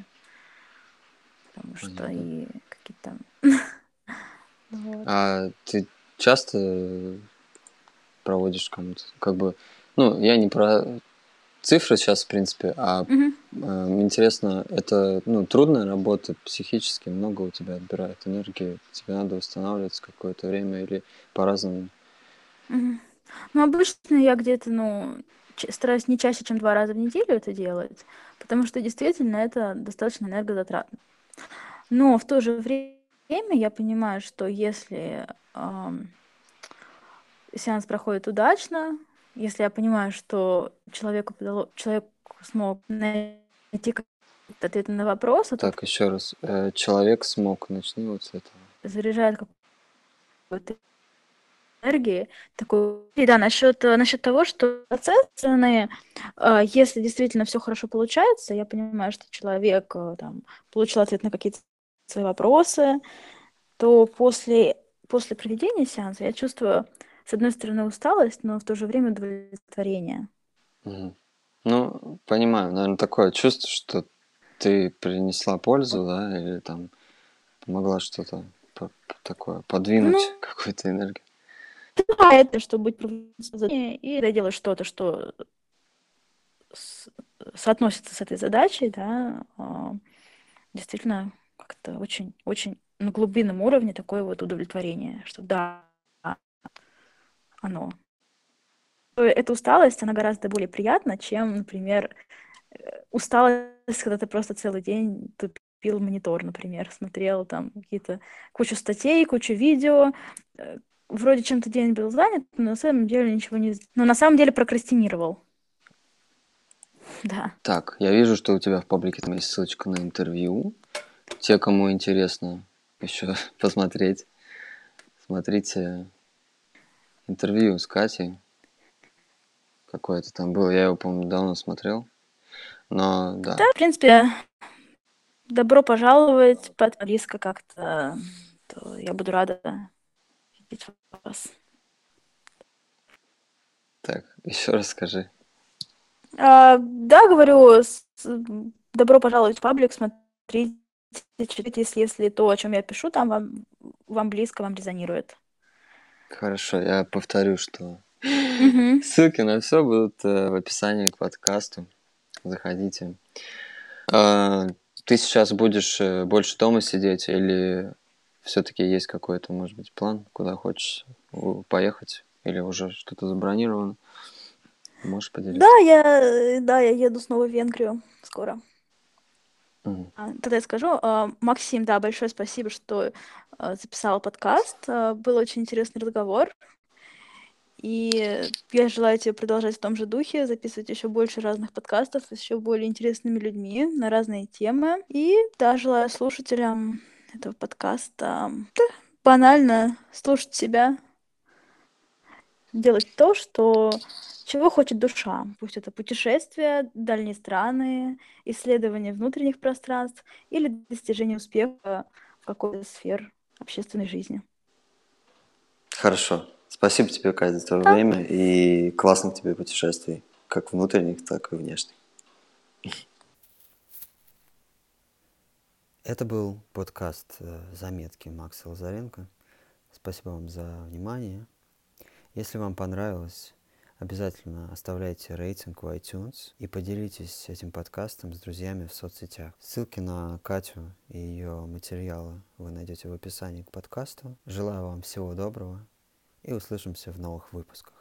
потому что понятно. и какие-то вот. А ты часто проводишь кому-то, как бы, ну, я не про цифры сейчас, в принципе, Мгм. интересно, это, ну, трудная работа психически, много у тебя отбирает энергии, тебе надо восстанавливаться какое-то время или по-разному? Мгм. Ну, обычно я где-то, ну, стараюсь не чаще, чем 2 раза в неделю это делать, потому что действительно это достаточно энергозатратно. Но в то же время я понимаю, что если сеанс проходит удачно, если я понимаю, что человек смог найти какой-то ответ на вопрос, а тут Так, еще раз. Человек смог, начни вот с этого. заряжает какой-то энергии. Такой, и да, насчет того, что с одной стороны, если действительно все хорошо получается, я понимаю, что человек там получил ответ на какие-то свои вопросы, то после проведения сеанса я чувствую, с одной стороны, усталость, но в то же время удовлетворение. Мгм. Ну, понимаю, наверное, такое чувство, что ты принесла пользу, да, или там помогла что-то такое Ну, подвинуть, какую-то энергию. да, это что быть задание, и я делаю что-то, что с- соотносится с этой задачей, да, действительно как-то очень на глубинном уровне такое вот удовлетворение, что да, оно. Эта усталость, она гораздо более приятна, чем, например, усталость, когда ты просто целый день тупил в монитор, например, смотрел там какие-то кучу статей, кучу видео, э, вроде чем-то день был занят, но на самом деле ничего не... Но на самом деле прокрастинировал, да. Так, я вижу, что у тебя в паблике там есть ссылочка на интервью. Те, кому интересно еще посмотреть, смотрите интервью с Катей. Какое-то там было, я его, по-моему, давно смотрел. Но Да, да, в принципе, добро пожаловать, подписка как-то, то я буду рада видеть вас. Так, еще раз скажи. Да, говорю, добро пожаловать в паблик, смотрите, читайте, если то, о чем я пишу, там вам близко, вам резонирует. Хорошо, я повторю, что Мгм. ссылки на все будут в описании к подкасту. Заходите. Ты сейчас будешь больше дома сидеть или все-таки есть какой-то, может быть, план, куда хочешь поехать? Или уже что-то забронировано? Можешь поделиться? Да, я еду снова в Венгрию скоро. Мгм. Тогда я скажу. Максим, да, большое спасибо, что записал подкаст. Был очень интересный разговор. И я желаю тебе продолжать в том же духе, записывать еще больше разных подкастов с еще более интересными людьми на разные темы. И да, желаю слушателям этого подкаста банально слушать себя, делать то, чего хочет душа. Пусть это путешествия, дальние страны, исследование внутренних пространств или достижение успеха в какой-то сфере общественной жизни. Хорошо. Спасибо тебе, Катя, за твое Да, время и классных тебе путешествий, как внутренних, так и внешних. Это был подкаст «Заметки» Макса Лазаренко. Спасибо вам за внимание. Если вам понравилось, обязательно оставляйте рейтинг в iTunes и поделитесь этим подкастом с друзьями в соцсетях. Ссылки на Катю и ее материалы вы найдете в описании к подкасту. Желаю вам всего доброго и услышимся в новых выпусках.